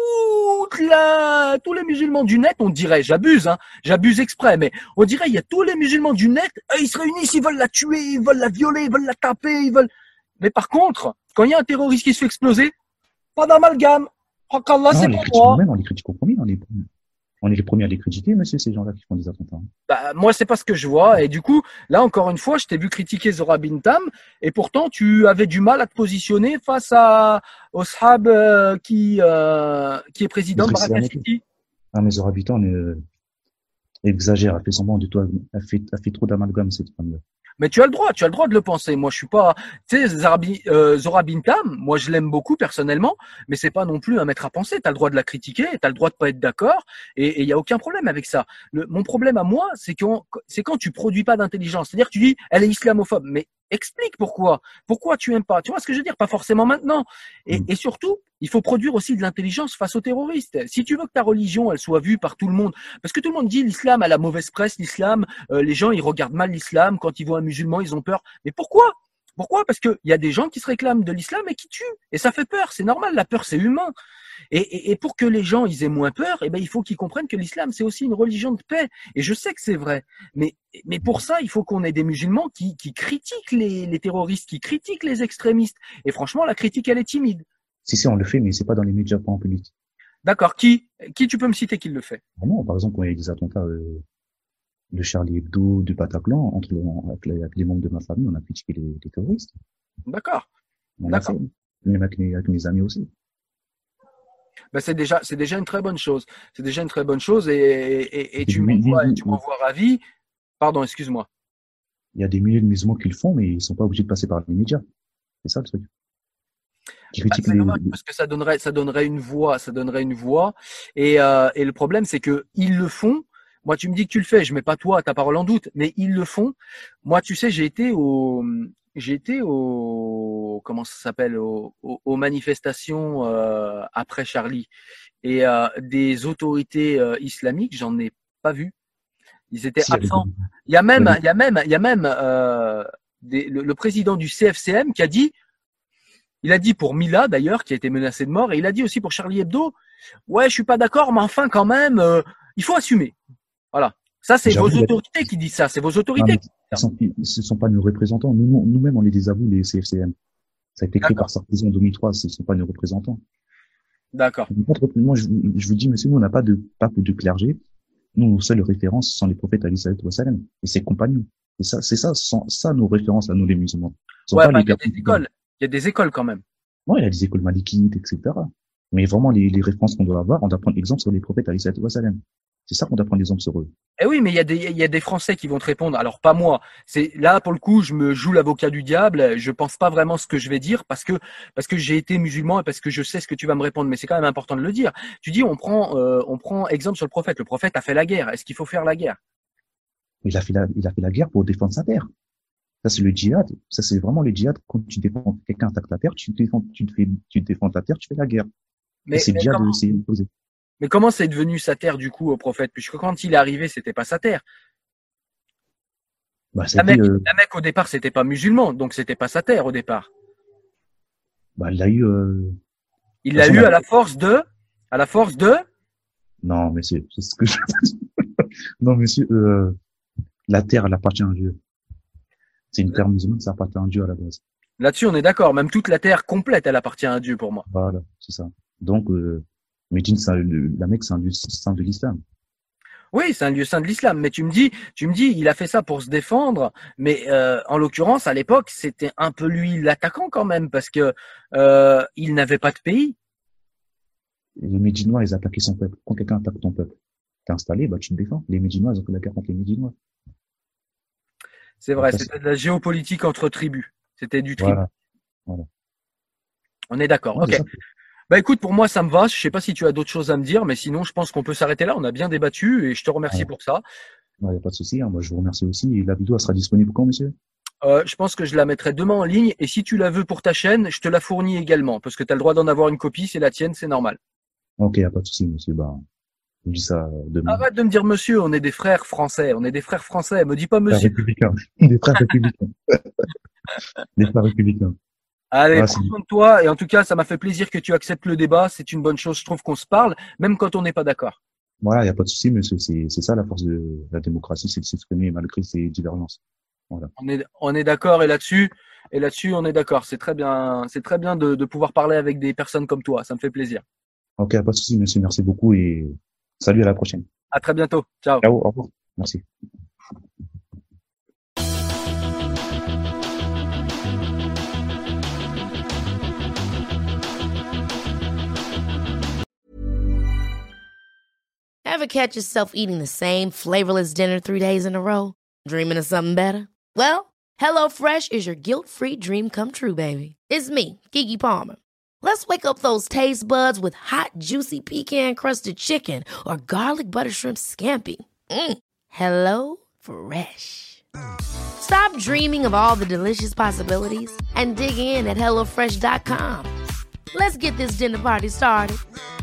Speaker 7: tous les musulmans du net, on dirait, j'abuse exprès, mais on dirait, il y a tous les musulmans du net, ils se réunissent, ils veulent la tuer, ils veulent la violer, ils veulent la taper, mais par contre, quand il y a un terroriste qui se fait exploser, pas d'amalgame. Allah, c'est pour moi.
Speaker 8: Même, on les critique au premier, on est les premiers à les critiquer, monsieur, ces gens-là qui font des attentats.
Speaker 7: Moi, c'est pas ce que je vois. Et du coup, là, encore une fois, je t'ai vu critiquer Zora Bintam. Et pourtant, tu avais du mal à te positionner face au Sahab qui est président de Baraka City.
Speaker 8: Ah, mais Zora Bintam exagère. Elle fait semblant de toi. Elle fait trop d'amalgame, cette femme-là.
Speaker 7: Mais tu as le droit de le penser. Moi, je suis pas, tu sais, Zora Bintam, moi, je l'aime beaucoup personnellement, mais c'est pas non plus à mettre à penser. T'as le droit de la critiquer, t'as le droit de pas être d'accord, et il y a aucun problème avec ça. Mon problème à moi, c'est quand tu produis pas d'intelligence. C'est-à-dire que tu dis, elle est islamophobe, mais explique pourquoi. Pourquoi tu aimes pas? Tu vois ce que je veux dire? Pas forcément maintenant. Et surtout, il faut produire aussi de l'intelligence face aux terroristes. Si tu veux que ta religion, elle soit vue par tout le monde, parce que tout le monde dit l'islam a la mauvaise presse, l'islam, les gens, ils regardent mal l'islam. Quand ils voient un musulman, ils ont peur. Mais pourquoi? Pourquoi? Parce que il y a des gens qui se réclament de l'islam et qui tuent. Et ça fait peur. C'est normal. La peur, c'est humain. Et pour que les gens ils aient moins peur, eh ben il faut qu'ils comprennent que l'islam c'est aussi une religion de paix. Et je sais que c'est vrai, mais pour ça il faut qu'on ait des musulmans qui critiquent les terroristes, qui critiquent les extrémistes. Et franchement la critique elle est timide.
Speaker 8: Si, on le fait, mais c'est pas dans les médias, pas en public.
Speaker 7: D'accord. Qui tu peux me citer qui le fait?
Speaker 8: Vraiment, par exemple, quand il y a des attentats de Charlie Hebdo, de Bataclan, avec les membres de ma famille, on a critiqué les terroristes.
Speaker 7: D'accord.
Speaker 8: On l'a fait. Même avec mes amis aussi.
Speaker 7: Ben c'est déjà une très bonne chose. C'est déjà une très bonne chose et tu m'envoies ravi. Pardon, excuse-moi.
Speaker 8: Il y a des milliers de musulmans qui le font, mais ils sont pas obligés de passer par les médias. C'est ça le truc.
Speaker 7: C'est dommage parce que ça donnerait une voix, et le problème c'est que ils le font. Moi, tu me dis que tu le fais, je mets pas toi ta parole en doute, mais ils le font. Moi, tu sais, j'ai été aux comment ça s'appelle, aux manifestations après Charlie, et des autorités islamiques, j'en ai pas vu. Ils étaient absents. Il y a même le président du CFCM qui a dit. Il a dit pour Mila d'ailleurs, qui a été menacée de mort, et il a dit aussi pour Charlie Hebdo, ouais, je suis pas d'accord, mais enfin quand même, il faut assumer. Voilà. Ça, c'est vos autorités qui disent ça. C'est vos autorités.
Speaker 8: Ce sont pas nos représentants. Nous-mêmes, on les désavoue, les CFCM. Ça a été créé par Sarkozy en 2003. Ce sont pas nos représentants.
Speaker 7: D'accord.
Speaker 8: Moi, je vous dis, monsieur, nous, on n'a pas de pape ou de clergé. Nous, nos seules références sont les prophètes alayhi salatu wa salam et ses compagnons. Et c'est ça nos références à nous, les musulmans.
Speaker 7: Ouais, il y a des écoles. Il y a des écoles quand même.
Speaker 8: Ouais, il y a des écoles malikites, etc. Mais vraiment, les références qu'on doit avoir, on doit prendre exemple sur les prophètes alayhi salatu wa salam. C'est ça qu'on doit prendre exemple sur eux.
Speaker 7: Eh oui, mais il y a des Français qui vont te répondre. Alors pas moi. C'est là pour le coup, je me joue l'avocat du diable. Je pense pas vraiment ce que je vais dire parce que j'ai été musulman et parce que je sais ce que tu vas me répondre. Mais c'est quand même important de le dire. Tu dis on prend exemple sur le prophète. Le prophète a fait la guerre. Est-ce qu'il faut faire la guerre?
Speaker 8: Il a fait la guerre pour défendre sa terre. Ça c'est le djihad. Ça c'est vraiment le djihad. Quand tu défends quelqu'un attaque ta terre, tu défends ta terre, tu fais la guerre.
Speaker 7: Mais
Speaker 8: c'est le djihad c'est imposé.
Speaker 7: Mais comment c'est devenu sa terre du coup au prophète? Puisque quand il est arrivé, c'était pas sa terre.
Speaker 8: Bah,
Speaker 7: la Mecque au départ, c'était pas musulman, donc c'était pas sa terre au départ.
Speaker 8: Bah, il l'a eu.
Speaker 7: Il l'a eu à la force de.
Speaker 8: Non, monsieur, c'est ce que je. Non, monsieur, la terre, elle appartient à Dieu. C'est une terre musulmane, ça appartient à Dieu à la base.
Speaker 7: Là-dessus, on est d'accord. Même toute la terre complète, elle appartient à Dieu pour moi.
Speaker 8: Voilà, c'est ça. Donc, Médine, la Mecque, c'est un lieu saint de l'islam.
Speaker 7: Oui, c'est un lieu saint de l'islam. Mais tu me dis, il a fait ça pour se défendre. Mais en l'occurrence, à l'époque, c'était un peu lui l'attaquant quand même, parce que il n'avait pas de pays.
Speaker 8: Les Médinois, ils attaquaient son peuple. Quand quelqu'un attaque ton peuple, t'es installé, bah tu te défends. Les Médinois, ils ont fait la guerre contre les Médinois.
Speaker 7: C'est vrai, c'était de la géopolitique entre tribus. C'était du tribut.
Speaker 8: Voilà.
Speaker 7: On est d'accord. Ouais, ok. Bah écoute, pour moi ça me va. Je sais pas si tu as d'autres choses à me dire, mais sinon je pense qu'on peut s'arrêter là. On a bien débattu et je te remercie pour ça.
Speaker 8: Il n'y a pas de souci. Moi je vous remercie aussi. Et la vidéo elle sera disponible quand, monsieur?
Speaker 7: Je pense que je la mettrai demain en ligne. Et si tu la veux pour ta chaîne, je te la fournis également, parce que tu as le droit d'en avoir une copie. C'est la tienne, c'est normal.
Speaker 8: Ok, il n'y a pas de souci, monsieur. Bah, je vous dis ça demain.
Speaker 7: Arrête de me dire monsieur. On est des frères français. Me dis pas monsieur.
Speaker 8: Républicains. Des frères républicains. Des frères républicains.
Speaker 7: Allez, prends soin de toi. Et en tout cas, ça m'a fait plaisir que tu acceptes le débat. C'est une bonne chose. Je trouve qu'on se parle, même quand on n'est pas d'accord.
Speaker 8: Voilà, il n'y a pas de souci, monsieur. C'est ça la force de la démocratie, c'est de s'exprimer malgré ses divergences. Voilà.
Speaker 7: On est d'accord et là-dessus, on est d'accord. C'est très bien de pouvoir parler avec des personnes comme toi. Ça me fait plaisir.
Speaker 8: Ok, pas de souci, monsieur. Merci beaucoup et salut, à la prochaine.
Speaker 7: À très bientôt. Ciao.
Speaker 8: Ciao, au revoir. Merci.
Speaker 1: Ever catch yourself eating the same flavorless dinner 3 days in a row? Dreaming of something better? Well, HelloFresh is your guilt-free dream come true, baby. It's me, Keke Palmer. Let's wake up those taste buds with hot, juicy pecan-crusted chicken or garlic butter shrimp scampi. Hello Fresh. Stop dreaming of all the delicious possibilities and dig in at HelloFresh.com. Let's get this dinner party started.